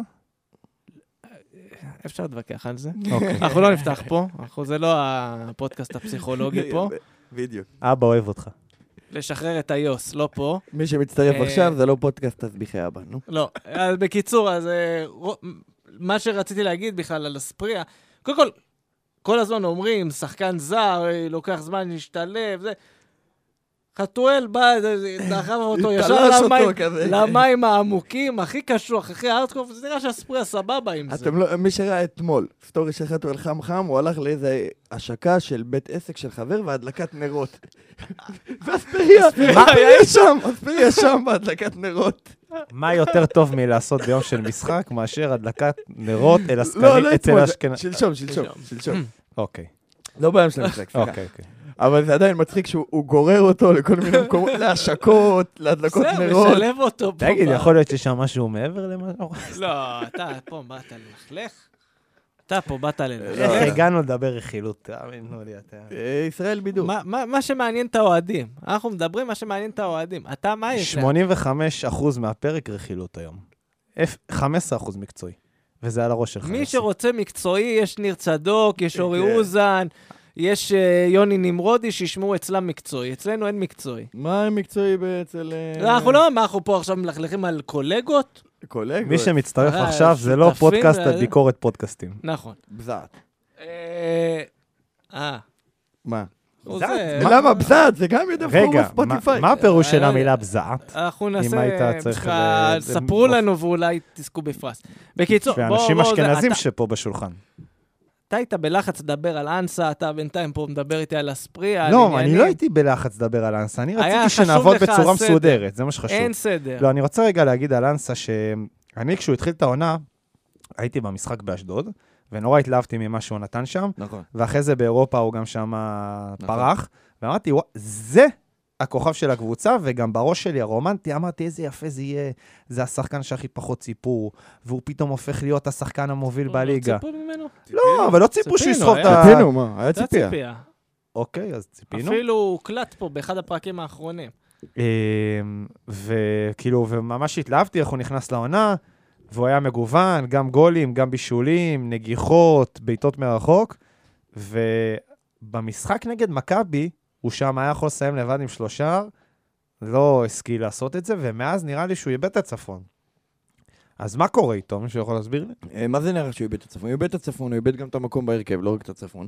אפשר להתווכח על זה. אוקיי. אנחנו לא נפתח פה, אנחנו- זה לא הפודקאסט הפסיכולוגי פה. בדיוק. אבא אוהב אותך. לשחרר את היוס, לא פה. מי שמצטרף אה, עכשיו זה לא פודקאסט תסביכי אבא, נו. לא. אז בקיצור, אז אה, רו- מה שרציתי להגיד בכלל על אספריה, קודם כל, כל הזמן אומרים, שחקן זר, אה, לוקח זמן להשתלב, זה... חתואל בא, דחף אותו ישר תלש אותו למים, כזה. למים העמוקים, הכי קשוח, הכי הארדקור, זה נראה שאספריה סבבה עם זה. אתם לא, מי שראה אתמול, סטורי של חתואל חם חם, הוא הלך לאיזה השקה של בית עסק של חבר והדלקת נרות. ואספריה, אספריה שם, אספריה שם בהדלקת נרות. מה יותר טוב מלעשות ביום של משחק מאשר הדלקת נרות אל לא, עסקנים לא אצל אתמול, אשכנז? שלשום, שלשום, שלשום. אוקיי, לא ביום של המשחק, סליחה. אוקיי, אוקיי. אבל זה עדיין מצחיק שהוא גורר אותו לכל מיני מקומות, להשקות, להדלקות זהו, נרות. משלב אותו פה. תגיד, ב- יכול להיות שיש שם משהו מעבר למה? לא, אתה פה, מה, אתה מלכלך? אתה פה, באת אלינו. איך הגענו לדבר רכילות? תאמינו לי, אתה... ישראל בידור. מה- מה מה שמעניין את האוהדים. אנחנו מדברים מה שמעניין את האוהדים. אתה, מה יש להם? שמונים וחמישה אחוז מהפרק רכילות היום. אפ- חמש עשרה אחוז מקצועי. וזה על הראש שלך. מי יוסי. שרוצה מקצועי, יש ניר צדוק, יש אורי כן. אוזן, יש אה, יוני נמרודי, שישמעו אצלם מקצועי. אצלנו אין מקצועי. מה מקצועי אצל... לא, אנחנו לא, מה, אנחנו פה עכשיו מלכלכים על קולגות? קולגות. מי שמצטרף אה, עכשיו, זה לא שותפים פודקאסט ל- על ביקורת פודקאסטים. נכון. בזעת. אה, אה, מה? הוא בזעת? זה. מה? למה בזעת? זה גם יודע רגע, פורום מה- ספוטיפיי. מה הפירוש של אה, המילה בזעת? אנחנו אם נעשה, היית צריך בכלל, ל- ספרו ל- לנו ואולי תזכו בפרס. בקיצור, בוא, ואנשים בוא, זה- אשכנזים אתה- שפה בשולחן. אתה היית בלחץ לדבר על אנסה, אתה בינתיים פה מדבר איתי על הספרי, על לא, עניינים. אני לא הייתי בלחץ לדבר על אנסה, אני היה רציתי חשוב שנעבוד לך בצורה הסדר. מסודרת, זה מה שחשוב. אין סדר. לא, אני רוצה רגע להגיד על אנסה שאני, כשהוא התחיל את העונה, הייתי במשחק באשדוד, ונורא התלהבתי ממה שהוא נתן שם, נכון. ואחרי זה באירופה הוא גם שם פרח, ואמרתי, "וואו, זה הכוכב של הקבוצה, וגם בראש שלי הרומנטי, אמרתי, איזה יפה זה יהיה, זה השחקן שהכי פחות ציפו, והוא פתאום הופך להיות השחקן המוביל בליגה. ציפו ממנו? לא, אבל לא ציפו ציפינו, שיסחוב את היה- ה... ציפינו, מה? היה זה ציפייה. הציפייה. אוקיי, אז ציפינו. אפילו הוא הוקלט פה באחד הפרקים האחרונים. אמ, וכאילו, וממש התלהבתי איך הוא נכנס לעונה, והוא היה מגוון, גם גולים, גם בישולים, נגיחות, בעיטות מרחוק, ובמשחק נגד מכבי, הוא שם היה יכול לסיים לבד עם שלושה, לא השכיל לעשות את זה, ומאז נראה לי שהוא איבד את הצפון. אז מה קורה איתו? מישהו יכול להסביר לי? אה, מה זה נראה שהוא איבד את הצפון? הוא איבד את הצפון, הוא איבד גם את המקום בהרכב, לא רק את הצפון.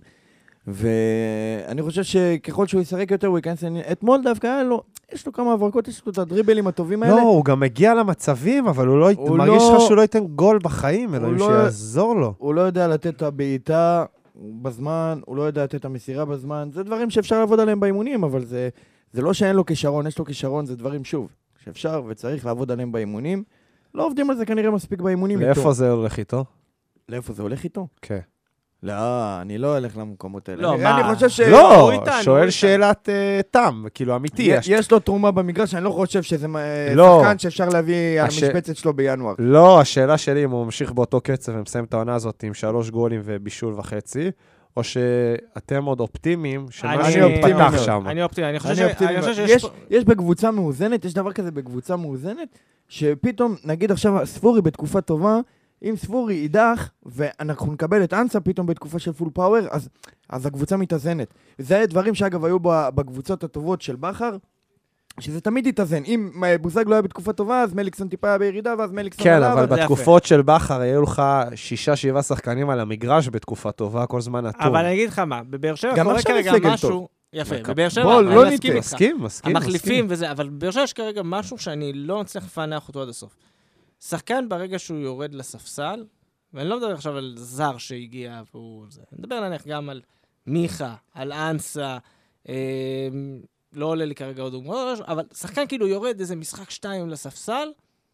ואני חושב שככל שהוא ישחק יותר, הוא ייכנס... אתמול דווקא היה לו, יש לו כמה הברקות, יש לו את הדריבלים הטובים האלה. לא, הוא גם מגיע למצבים, אבל הוא לא... הוא מרגיש לא- לך שהוא לא ייתן גול בחיים, אלא הוא מישהו לא- שיעזור לו. הוא לא יודע לתת את הבעיטה בזמן, הוא לא יודע לתת את המסירה בזמן. זה דברים שאפשר לעבוד עליהם באימונים, אבל זה, זה לא שאין לו כישרון, יש לו כישרון, זה דברים שוב, שאפשר וצריך לעבוד עליהם באימונים. לא עובדים על זה כנראה מספיק באימונים איתו. לאיפה זה הולך איתו? לאיפה זה הולך איתו? כן. לא, אני לא הולך למקומות האלה. לא, אני, מה? אני חושב ש... לא, הוא איתנו, הוא שואל איתנו. שאלת אה, תם, כאילו אמיתי. יש, יש- יש לו תרומה במגרש, אני לא חושב שזה אה, לא. שחקן שאפשר להביא על הש- המשבצת שלו בינואר. לא, השאלה שלי אם הוא ממשיך באותו קצב ומסיים את העונה הזאת עם שלוש גולים ובישול וחצי, או שאתם עוד אופטימיים אני שמשהו אופטימי יפתח מאוד. שם. אני אופטימי, אני חושב אני ש- אופטימי אני חושב מאוד. שיש יש, פה... יש בקבוצה מאוזנת, יש דבר כזה בקבוצה מאוזנת, שפתאום, נגיד עכשיו ספורי בתקופה טובה, אם ספורי יידח, ואנחנו נקבל את אנסה פתאום בתקופה של פול פאוור, אז, אז הקבוצה מתאזנת. זה דברים שאגב היו בקבוצות הטובות של בכר, שזה תמיד יתאזן. אם בוזגלו לא היה בתקופה טובה, אז מליקסון טיפה היה בירידה, ואז מליקסון כן, עלה, אבל אבל- יפה. בתקופות של בכר היו לך שישה, שבעה שחקנים על המגרש בתקופה טובה, כל זמן נתון. אבל אני אגיד לך מה, בבאר שבע גם קורה עכשיו כרגע יש סגל משהו... טוב. יפה, בק- בבאר שבע, בוא, אני לא מסכים נטעה. איתך. מסכים, מסכים. המחליפים מסכים. וזה, אבל בבאר שבע יש כרגע משהו שאני לא מצליח לפענח אותו עד הסוף. שחקן ברגע שהוא יורד לספסל, ואני לא מדבר עכשיו על זר שהגיע והוא זה, אני מדבר נניח גם על מיכה, על אנסה, אה, לא עולה לי כרגע עוד דוגמאות, אבל שחקן כאילו יורד איזה משחק שתיים לספסל,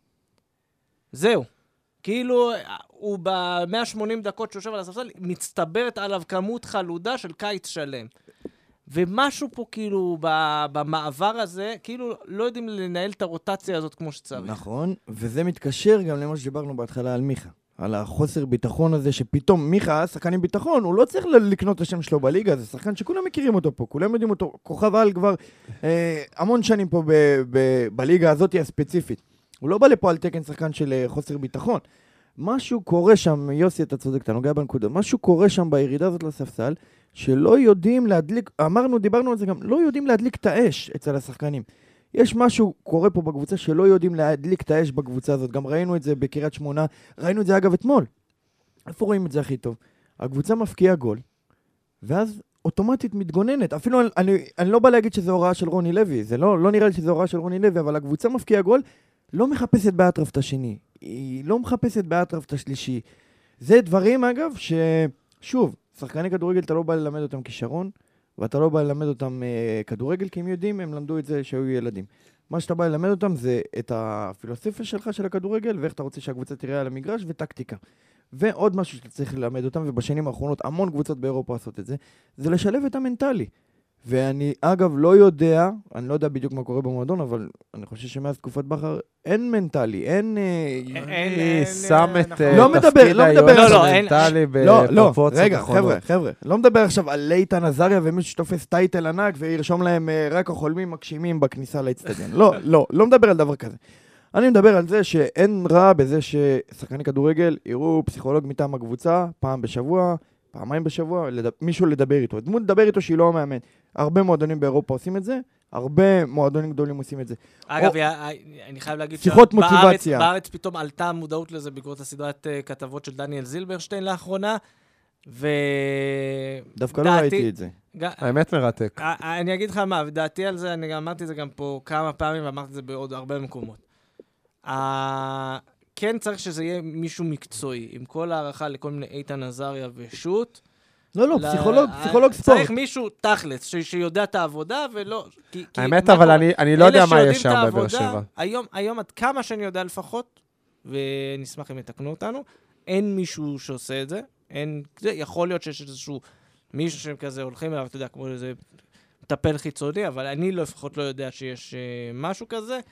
זהו. כאילו הוא ב-מאה ושמונים דקות שיושב על הספסל, מצטברת עליו כמות חלודה של קיץ שלם. ומשהו פה כאילו ב- במעבר הזה, כאילו לא יודעים לנהל את הרוטציה הזאת כמו שצריך. נכון, וזה מתקשר גם למה שדיברנו בהתחלה על מיכה. על החוסר ביטחון הזה, שפתאום מיכה, שחקן עם ביטחון, הוא לא צריך ל- לקנות את השם שלו בליגה, זה שחקן שכולם מכירים אותו פה, כולם יודעים אותו, כוכב על כבר אה, המון שנים פה ב- ב- בליגה הזאת הספציפית. הוא לא בא לפה על תקן שחקן של אה, חוסר ביטחון. משהו קורה שם, יוסי, אתה צודק, אתה נוגע בנקודה, משהו קורה שם בירידה הזאת לספסל, שלא יודעים להדליק, אמרנו, דיברנו על זה גם, לא יודעים להדליק את האש אצל השחקנים. יש משהו קורה פה בקבוצה שלא יודעים להדליק את האש בקבוצה הזאת. גם ראינו את זה בקריית שמונה, ראינו את זה אגב אתמול. איפה רואים את זה הכי טוב? הקבוצה מפקיעה גול, ואז אוטומטית מתגוננת. אפילו אני, אני לא בא להגיד שזו הוראה של רוני לוי, זה לא, לא נראה לי שזו הוראה של רוני לוי, אבל הקבוצה מפקיעה גול, לא מחפשת באטרף את השני. היא לא מחפשת באטרף את השלישי. זה דברים אגב ששוב, שחקני כדורגל אתה לא בא ללמד אותם כישרון, ואתה לא בא ללמד אותם uh, כדורגל, כי הם יודעים, הם למדו את זה שהיו ילדים. מה שאתה בא ללמד אותם זה את הפילוסופיה שלך של הכדורגל, ואיך אתה רוצה שהקבוצה תראה על המגרש, וטקטיקה. ועוד משהו שאתה צריך ללמד אותם, ובשנים האחרונות המון קבוצות באירופה עושות את זה, זה לשלב את המנטלי. ואני, אגב, לא יודע, אני לא יודע בדיוק מה קורה במועדון, אבל אני חושב שמאז תקופת בכר אין מנטלי, אין... אני שם את לא מדבר, לא מדבר. היועץ המנטלי בפרופורציות רגע, נכונות. חבר'ה, חבר'ה, לא מדבר עכשיו על איתן עזריה ומישהו שתופס טייטל ענק וירשום להם רק החולמים מגשימים בכניסה לאצטדיון. לא, לא, לא מדבר על דבר כזה. אני מדבר על זה שאין רע בזה ששחקני כדורגל יראו פסיכולוג מטעם הקבוצה פעם בשבוע, פעמיים בשבוע, לדבר, מישהו לדבר איתו. דמות לדבר איתו שהיא לא המאמן. הרבה מועדונים באירופה עושים את זה, הרבה מועדונים גדולים עושים את זה. אגב, או... אני חייב להגיד שיחות מוטיבציה. בארץ פתאום עלתה המודעות לזה בעקבות הסדרת כתבות של דניאל זילברשטיין לאחרונה, ו... דווקא לא ראיתי את זה. האמת מרתק. אני אגיד לך מה, ודעתי על זה, אני אמרתי את זה גם פה כמה פעמים, ואמרתי את זה בעוד הרבה מקומות. כן צריך שזה יהיה מישהו מקצועי, עם כל הערכה לכל מיני איתן עזריה ושוט. לא, לא, פסיכולוג, פסיכולוג ספורט. צריך מישהו תכלס, שיודע את העבודה, ולא... האמת, אבל אני לא יודע מה יש שם בבאר שבע. היום, עד כמה שאני יודע לפחות, ונשמח אם יתקנו אותנו, אין מישהו שעושה את זה. אין, יכול להיות שיש איזשהו מישהו שהם כזה הולכים אליו, אתה יודע, כמו איזה מטפל חיצוני, אבל אני לפחות לא יודע שיש משהו כזה.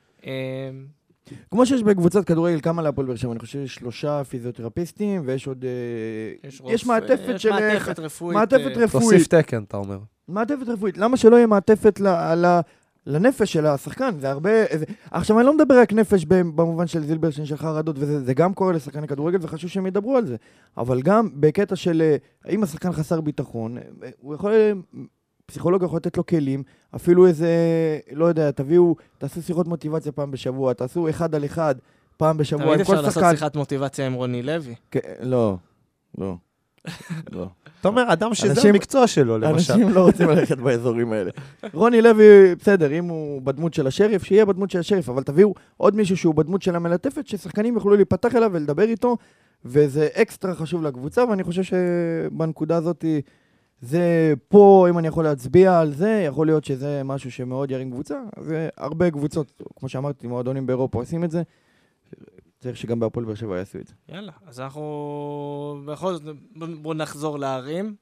כמו שיש בקבוצת כדורגל כמה להפועל באר שבע, אני חושב שיש שלושה פיזיותרפיסטים, ויש עוד... יש מעטפת של... מעטפת רפואית. מעטפת רפואית. תוסיף תקן, אתה אומר. מעטפת רפואית. למה שלא יהיה מעטפת לנפש של השחקן? זה הרבה... עכשיו, אני לא מדבר רק נפש במובן של זילברשטיין של חרדות, וזה גם קורה לשחקני כדורגל, וחשוב שהם ידברו על זה. אבל גם בקטע של... אם השחקן חסר ביטחון, הוא יכול... פסיכולוג יכול לתת לו כלים, אפילו איזה, לא יודע, תביאו, תעשו שיחות מוטיבציה פעם בשבוע, תעשו אחד על אחד פעם בשבוע. תמיד אפשר לעשות שיחת מוטיבציה עם רוני לוי. לא, לא, לא. אתה אומר, אדם שזה המקצוע שלו, למשל. אנשים לא רוצים ללכת באזורים האלה. רוני לוי, בסדר, אם הוא בדמות של השריף, שיהיה בדמות של השריף, אבל תביאו עוד מישהו שהוא בדמות של המלטפת, ששחקנים יוכלו להיפתח אליו ולדבר איתו, וזה אקסטרה חשוב לקבוצה, ואני חושב שבנקודה הזאת זה פה, אם אני יכול להצביע על זה, יכול להיות שזה משהו שמאוד ירים קבוצה. זה הרבה קבוצות, כמו שאמרתי, מועדונים באירופה עושים את זה. צריך שגם בהפועל באר שבע יעשו את זה. יאללה, אז אנחנו בכל זאת, בואו נחזור להרים.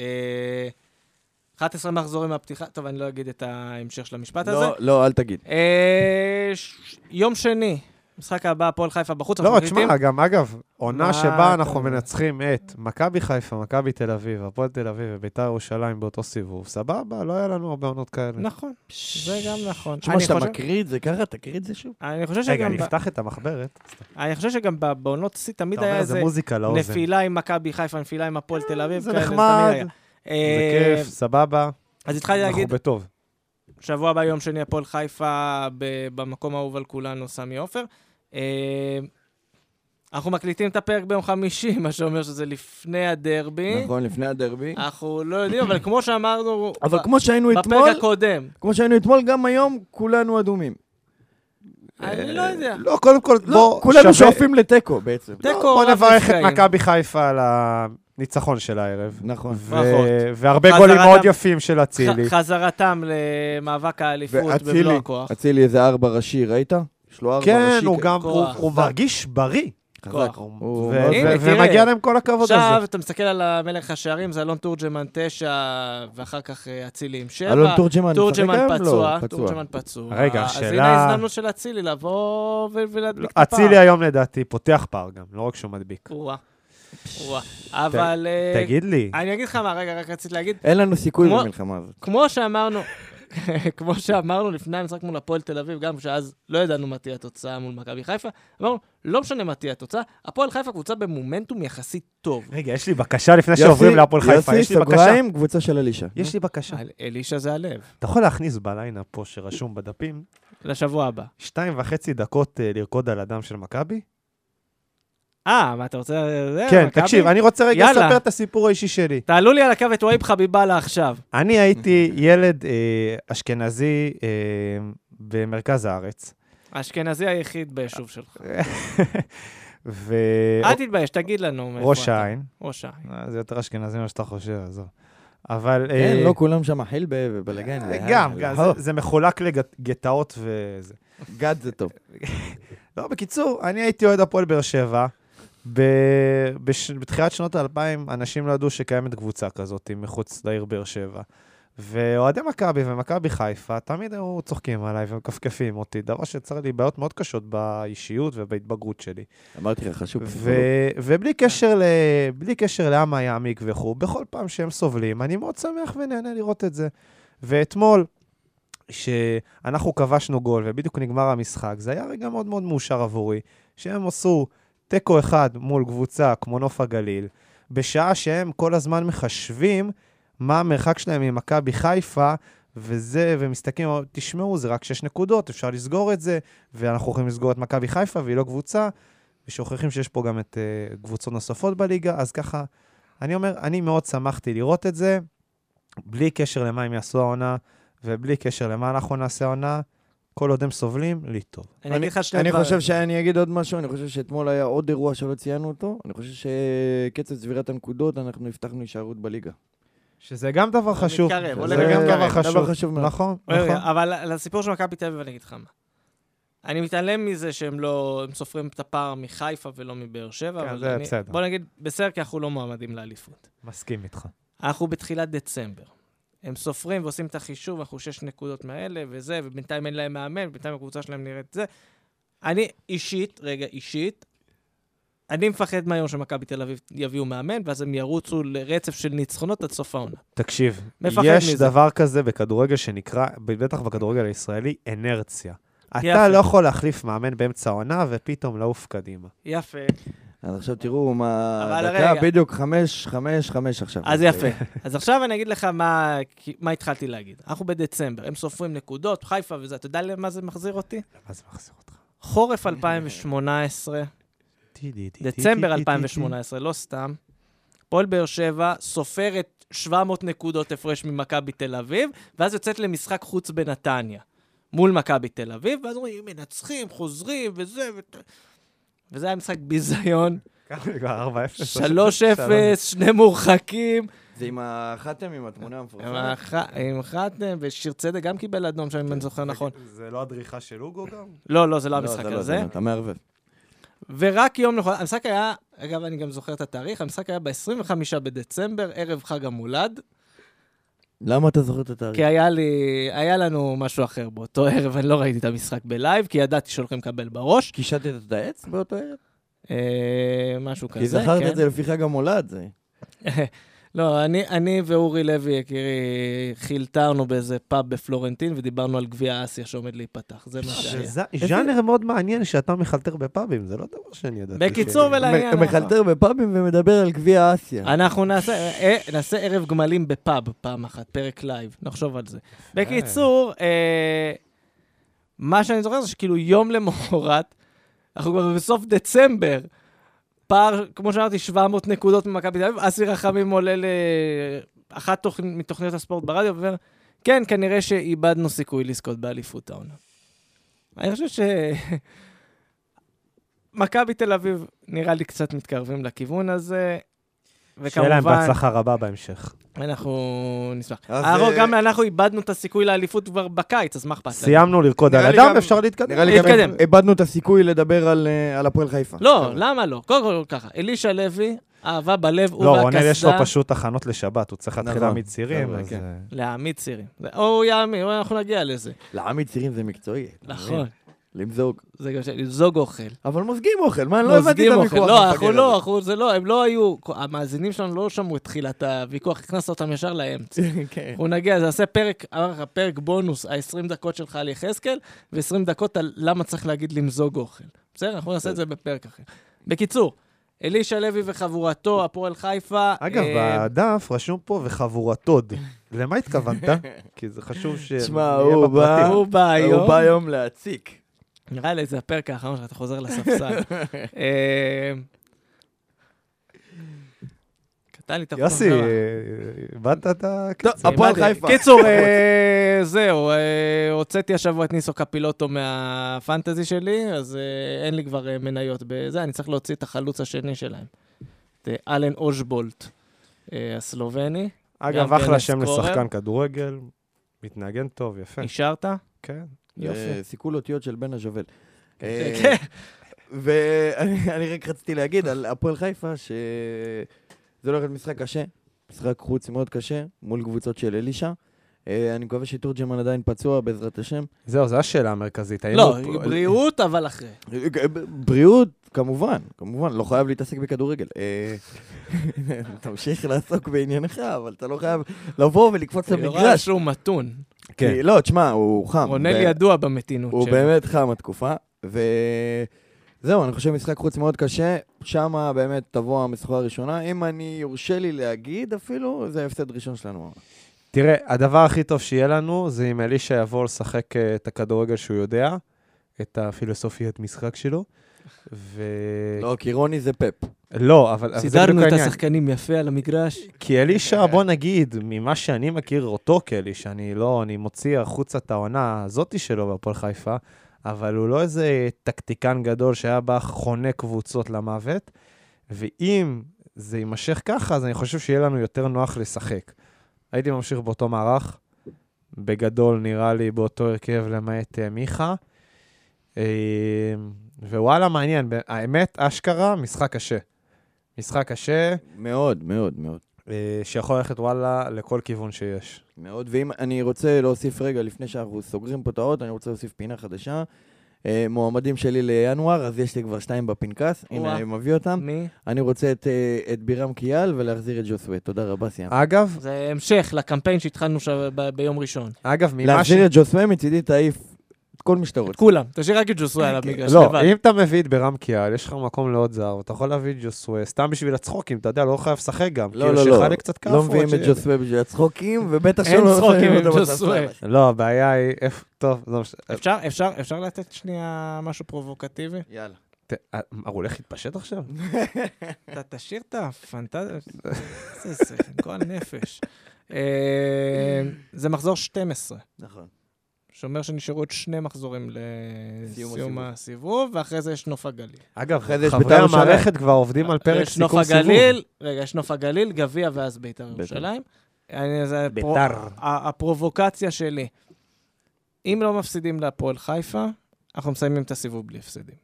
אחת עשרה מחזורים מהפתיחה, טוב, אני לא אגיד את ההמשך של המשפט הזה. לא, לא, אל תגיד. יום שני. משחק הבא, הפועל חיפה בחוץ. לא, תשמע, גם אגב, עונה שבה אנחנו מנצחים את מכבי חיפה, מכבי תל אביב, הפועל תל אביב וביתר ירושלים באותו סיבוב, סבבה, לא היה לנו הרבה עונות כאלה. נכון, זה גם נכון. תשמע, שאתה מקריא את זה ככה, תקריא את זה שוב. רגע, נפתח את המחברת. אני חושב שגם בעונות שיא תמיד היה איזה נפילה עם מכבי חיפה, נפילה עם הפועל תל אביב. זה נחמד, זה כיף, סבבה. אז התחלתי להגיד, אנחנו בטוב. שבוע הבא יום שני הפועל חיפה במקום האהוב על כולנו, סמי עופר. אנחנו מקליטים את הפרק ביום חמישי, מה שאומר שזה לפני הדרבי. נכון, לפני הדרבי. אנחנו לא יודעים, אבל כמו שאמרנו אבל כמו שהיינו אתמול, בפרק הקודם. כמו שהיינו אתמול, גם היום כולנו אדומים. אני לא יודע. לא, קודם כל, בוא... כולנו שואפים לטקו בעצם. בוא נברך את מכבי חיפה על הניצחון של הערב. נכון. והרבה גולים מאוד יפים של אצילי. חזרתם למאבק האליפות במלוא הכוח. אצילי איזה ארבע ראשי, ראית? כן, הוא גם, הוא מרגיש בריא. חזק. ומגיע להם כל הכבוד הזה. עכשיו, אתה מסתכל על המלך השערים, זה אלון תורג'מן תשע, ואחר כך אצילי עם שבע. אלון תורג'מן, תורג'מן פצוע, תורג'מן פצוע. רגע, השאלה... אז הנה ההזדמנות של אצילי לבוא ולהדביק את הפער. אצילי היום לדעתי פותח פער גם, לא רק שהוא מדביק. וואה, וואה. אבל... תגיד לי. אני אגיד לך מה, רגע, רק רציתי להגיד. אין לנו סיכוי במלחמה הזאת. כמו שאמרנו... כמו שאמרנו לפני המשחק מול הפועל תל אביב, גם שאז לא ידענו מה תהיה התוצאה מול מכבי חיפה, אמרנו, לא משנה מה תהיה התוצאה, הפועל חיפה קבוצה במומנטום יחסית טוב. רגע, יש לי בקשה לפני שעוברים להפועל חיפה, יש לי בקשה. יוסי, סגריים, קבוצה של אלישה. יש לי בקשה. אלישה זה הלב. אתה יכול להכניס בליינאפ פה שרשום בדפים? לשבוע הבא. שתיים וחצי דקות לרקוד על הדם של מכבי? אה, מה אתה רוצה? כן, תקשיב, אני רוצה רגע לספר את הסיפור האישי שלי. תעלו לי על הקו את וואיב חביבאללה עכשיו. אני הייתי ילד אשכנזי במרכז הארץ. האשכנזי היחיד ביישוב שלך. ו... אל תתבייש, תגיד לנו. ראש העין. ראש העין. זה יותר אשכנזי מה שאתה חושב, עזוב. אבל... כן, לא כולם שם חילבה ובלגן. גם, זה מחולק לגטאות וזה. גד זה טוב. לא, בקיצור, אני הייתי אוהד הפועל באר שבע, בתחילת שנות האלפיים אנשים לא ידעו שקיימת קבוצה כזאת מחוץ לעיר באר שבע, ואוהדי מכבי ומכבי חיפה תמיד היו צוחקים עליי ומכפכפים אותי, דבר שיצר לי בעיות מאוד קשות באישיות ובהתבגרות שלי. אמרתי לך, חשוב. ובלי קשר ל... בלי קשר למה יעמיק וכו', בכל פעם שהם סובלים, אני מאוד שמח ונהנה לראות את זה. ואתמול, שאנחנו כבשנו גול ובדיוק נגמר המשחק, זה היה רגע מאוד מאוד מאושר עבורי, שהם עשו טקו אחד מול קבוצה כמו נוף הגליל, בשעה שהם כל הזמן מחשבים מה המרחק שלהם ממכבי חיפה, וזה, ומסתכלים, תשמעו, זה רק שש נקודות, אפשר לסגור את זה, ואנחנו יכולים לסגור את מכבי חיפה, והיא לא קבוצה, ושוכחים שיש פה גם את uh, קבוצות נוספות בליגה, אז ככה, אני אומר, אני מאוד שמחתי לראות את זה, בלי קשר למה הם יעשו העונה, ובלי קשר למה אנחנו נעשה העונה, כל עוד הם סובלים, לי טוב. אני אגיד לך שני אני דברים. חושב שאני אגיד עוד משהו, אני חושב שאתמול היה עוד אירוע שלא ציינו אותו, אני חושב שקצב סבירת הנקודות, אנחנו הבטחנו להישארות בליגה. שזה גם דבר חשוב. מתקרב, זה עולה גם מתקרב. דבר חשוב. דבר חשוב מאוד. נכון, רגע, נכון. אבל לסיפור של מכבי תל אביב אני אגיד לך מה. אני מתעלם מזה שהם לא, הם סופרים את הפער מחיפה ולא מבאר שבע. כן, זה בסדר. בוא נגיד, בסדר, כי אנחנו לא מועמדים לאליפות. מסכים איתך. אנחנו בתחילת דצמבר. הם סופרים ועושים את החישוב, אנחנו שש נקודות מהאלה וזה, ובינתיים אין להם מאמן, ובינתיים הקבוצה שלהם נראית זה. אני אישית, רגע, אישית, אני מפחד מהיום שמכבי תל אביב יביאו מאמן, ואז הם ירוצו לרצף של ניצחונות עד סוף העונה. תקשיב, מפחד יש מזה. דבר כזה בכדורגל שנקרא, בטח בכדורגל הישראלי, אנרציה. אתה יפה. לא יכול להחליף מאמן באמצע העונה, ופתאום לעוף קדימה. יפה. אז עכשיו תראו מה... אבל דקה, רגע. בדיוק חמש, חמש, חמש עכשיו. אז יפה. אז עכשיו אני אגיד לך מה, מה התחלתי להגיד. אנחנו בדצמבר, הם סופרים נקודות, חיפה וזה, אתה יודע למה זה מחזיר אותי? מה זה מחזיר אותך? חורף אלפיים שמונה עשרה, דצמבר אלפיים שמונה עשרה, לא סתם. פועל באר שבע סופרת שבע מאות נקודות הפרש ממכבי תל אביב, ואז יוצאת למשחק חוץ בנתניה, מול מכבי תל אביב, ואז אומרים, מנצחים, חוזרים, וזה, ו... וזה היה משחק ביזיון. ארבע אפס. שלוש אפס, שני מורחקים. זה עם החתם, עם התמונה המפורסמת. עם חתם, ושיר צדק גם קיבל אדום, שאני זוכר נכון. זה לא הדריכה של אוגו גם? לא, לא, זה לא המשחק הזה. אתה מערבב. ורק יום נכון, המשחק היה, אגב, אני גם זוכר את התאריך, המשחק היה ב-עשרים וחמישה בדצמבר, ערב חג המולד. למה אתה זוכר את התאריך? כי היה לי, היה לנו משהו אחר באותו ערב, אני לא ראיתי את המשחק בלייב, כי ידעתי שהולכים לקבל בראש. כי שתת את העץ באותו ערב? משהו כזה, כי זכרת את זה לפי חג המולד, זה. לא, אני, אני ואורי לוי, יקירי, חילטרנו באיזה פאב בפלורנטין, ודיברנו על גביע אסיה שעומד להיפתח. זה מה שהיה. זה ז'אנר מאוד מעניין שאתה מחלטר בפאבים, זה לא דבר שאני ידעתי. בקיצור ולעניין. מחלטר בפאבים ומדבר על גביע אסיה. אנחנו נעשה, נעשה ערב גמלים בפאב פעם אחת, פרק לייב, נחשוב על זה. בקיצור, מה שאני זוכר זה שכאילו יום למחרת, אנחנו כבר בסוף דצמבר, פער, כמו שאמרתי, שבע מאות נקודות ממכבי תל אביב, אסי רחמים עולה לאחת מתוכניות הספורט ברדיו, ואומר, כן, כנראה שאיבדנו סיכוי לזכות באליפות העונה. אני חושב ש... מכבי תל אביב נראה לי קצת מתקרבים לכיוון הזה, וכמובן... שיהיה להם בהצלחה רבה בהמשך. אנחנו נשמח. גם אנחנו איבדנו את הסיכוי לאליפות כבר בקיץ, אז מה אכפת? סיימנו לרקוד על אדם, אפשר להתקדם. נראה לי גם איבדנו את הסיכוי לדבר על הפועל חיפה. לא, למה לא? קודם כל ככה, אלישע לוי, אהבה בלב, הוא לא, והקסדה. רונל יש לו פשוט הכנות לשבת, הוא צריך להתחיל להעמיד צירים. להעמיד צירים. או יעמיד, אנחנו נגיע לזה. להעמיד צירים זה מקצועי. נכון. למזוג. זה גם שלמזוג אוכל. אבל מוזגים אוכל, מה? אני לא הבנתי את הוויכוח. לא, אנחנו לא, אנחנו, זה לא, הם לא היו, המאזינים שלנו לא שמעו את תחילת הוויכוח, הכנסת אותם ישר לאמצע. אנחנו נגיע, זה עושה פרק, פרק בונוס, ה-עשרים דקות שלך על יחזקאל, ו-עשרים דקות על למה צריך להגיד למזוג אוכל. בסדר? אנחנו נעשה את זה בפרק אחר. בקיצור, אלישע לוי וחבורתו, הפועל חיפה. אגב, בדף רשום פה וחבורתוד. למה התכוונת? כי זה חשוב ש... תשמע, הוא בא היום להציק. נראה לי, זה הפרק האחרון שאתה חוזר לספסל. קטע לי את החוזר. יוסי, הבנת את ה... הפועל חיפה. קיצור, זהו, הוצאתי השבוע את ניסו קפילוטו מהפנטזי שלי, אז אין לי כבר מניות בזה, אני צריך להוציא את החלוץ השני שלהם. את אלן אושבולט, הסלובני. אגב, אחלה שם לשחקן כדורגל, מתנגן טוב, יפה. נשארת? כן. יופי. סיכול אותיות של בן הז'וול. כן. ואני רק רציתי להגיד על הפועל חיפה, שזה הולך להיות משחק קשה, משחק חוץ מאוד קשה, מול קבוצות של אלישע. אני מקווה שתורג'מן עדיין פצוע בעזרת השם. זהו, זו השאלה המרכזית. לא, בריאות אבל אחרי. בריאות, כמובן, כמובן, לא חייב להתעסק בכדורגל. תמשיך לעסוק בעניינך, אבל אתה לא חייב לבוא ולקפוץ למגרש. יורא שהוא מתון. לא, תשמע, הוא חם. רונל ידוע במתינות שלו. הוא באמת חם התקופה, וזהו, אני חושב משחק חוץ מאוד קשה, שם באמת תבוא המשחקה הראשונה. אם אני יורשה לי להגיד אפילו, זה ההפסד ראשון שלנו. תראה, הדבר הכי טוב שיהיה לנו, זה אם אלישה יבוא לשחק את הכדורגל שהוא יודע, את הפילוסופיית משחק שלו, ו... לא, כי רוני זה פפ. לא, אבל... סידרנו את השחקנים יפה על המגרש. כי אלישה, בוא נגיד, ממה שאני מכיר אותו כאלישה, אני לא, אני מוציא החוצה את העונה הזאתי שלו בהפועל חיפה, אבל הוא לא איזה טקטיקן גדול שהיה בא חונה קבוצות למוות, ואם זה יימשך ככה, אז אני חושב שיהיה לנו יותר נוח לשחק. הייתי ממשיך באותו מערך, בגדול נראה לי באותו הרכב למעט מיכה, ווואלה מעניין, האמת, אשכרה, משחק קשה. משחק קשה. מאוד, מאוד, מאוד. שיכול ללכת וואלה לכל כיוון שיש. מאוד, ואם אני רוצה להוסיף רגע, לפני שאנחנו סוגרים פה את האות, אני רוצה להוסיף פינה חדשה. מועמדים שלי לינואר, אז יש לי כבר שתיים בפנקס, הנה אני מביא אותם. מי? אני רוצה את, את בירם קיאל ולהחזיר את ג'וסווה. תודה רבה, סיימת. אגב... זה המשך לקמפיין שהתחלנו ביום ראשון. אגב, ממה ש... להחזיר את ג'וסווה מצידי תעיף את כל משטרות. את כולם, תשאיר רק את ג'וסווה על המגרש. לא, אם אתה מביא את בירם קיאל, יש לך מקום לעוד זר, אתה יכול להביא את ג'וסווה, סתם בשביל הצחוקים, אתה יודע, לא חייב לשחק גם. לא, לא, לא. לא מביאים את ג'וסווה בשביל הצחוקים, ובטח שלא... אין צחוקים עם ג'וסווה. לא, הבעיה היא... טוב, אפשר, אפשר, אפשר לתת שנייה משהו פרובוקטיבי? יאללה. הוא הולך להתפשט עכשיו? אתה תשאיר את הפנטזיה. זה זה, גועל נפש. זה מחזור שתים עשרה. נכון. שאומר שנשארו עוד שני מחזורים לסיום הסיבוב, ואחרי זה יש נוף הגליל. אגב, חברי המערכת כבר עובדים על פרק סיכום סיבוב. רגע, יש נוף הגליל, גביע ואז בית"ר ירושלים. בית"ר. הפרובוקציה שלי, אם לא מפסידים להפועל חיפה, אנחנו מסיימים את הסיבוב בלי הפסדים.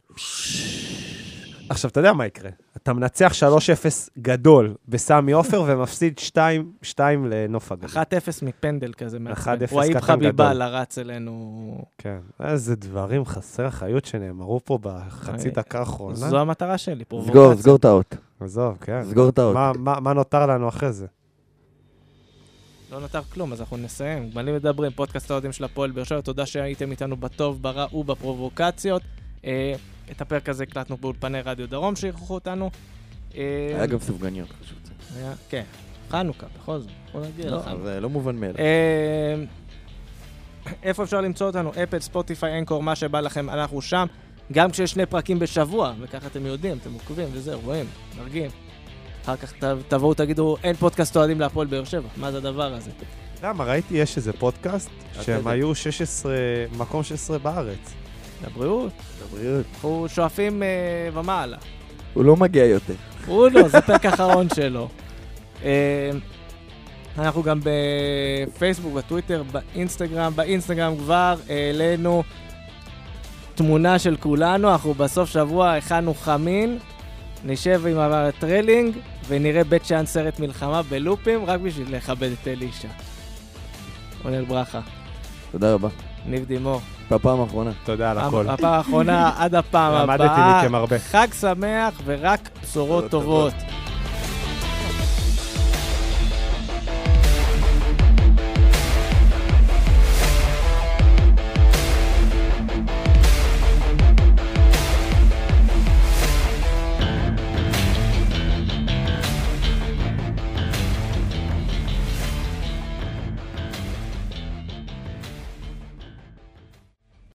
עכשיו, אתה יודע מה יקרה? אתה מנצח שלוש אפס גדול בסמי עופר, ומפסיד שתיים לנוף הגליל. אחת אפס מפנדל כזה. אחד אפס הוא קטן גדול. האיב חביבה לרץ אלינו. כן, איזה דברים חסר אחריות שנאמרו פה בחצי דקה האחרונה. זו המטרה שלי, סגור, סגור את האות. עזוב, כן. סגור את האות. מה נותר לנו אחרי זה? לא נותר כלום, אז אנחנו נסיים. גמלים מדברים, פודקאסט האוהדים של הפועל באר שבע. תודה שהייתם איתנו בטוב, ברע ובפרובוקציות. את הפרק הזה הקלטנו באולפני רדיו דרום שאירחו אותנו. היה גם סופגניות, חשוב זה. כן, חנוכה, בכל זאת. בוא נגיע לחנוכה. זה לא מובן מאליו. איפה אפשר למצוא אותנו? אפל, ספוטיפיי, אנקור, מה שבא לכם, אנחנו שם. גם כשיש שני פרקים בשבוע, וככה אתם יודעים, אתם עוקבים וזהו, רואים, מרגיעים. אחר כך תבואו, תגידו, אין פודקאסט אוהדים להפועל באר שבע. מה זה הדבר הזה? למה, ראיתי יש איזה פודקאסט שהם היו שש עשרה, מקום שש עשרה בארץ. לבריאות. לבריאות. אנחנו שואפים uh, ומעלה. הוא לא מגיע יותר. הוא לא, זה פרק האחרון שלו. Uh, אנחנו גם בפייסבוק, בטוויטר, באינסטגרם. באינסטגרם כבר העלינו תמונה של כולנו. אנחנו בסוף שבוע הכנו חמין. נשב עם הטרלינג ונראה בית שאן סרט מלחמה בלופים, רק בשביל לכבד את אלישה. רונל ברכה. תודה רבה. ניב דימור. בפעם האחרונה. תודה על הכל. בפעם האחרונה עד הפעם הבאה. למדתי מכם הרבה. חג שמח ורק בשורות טובות.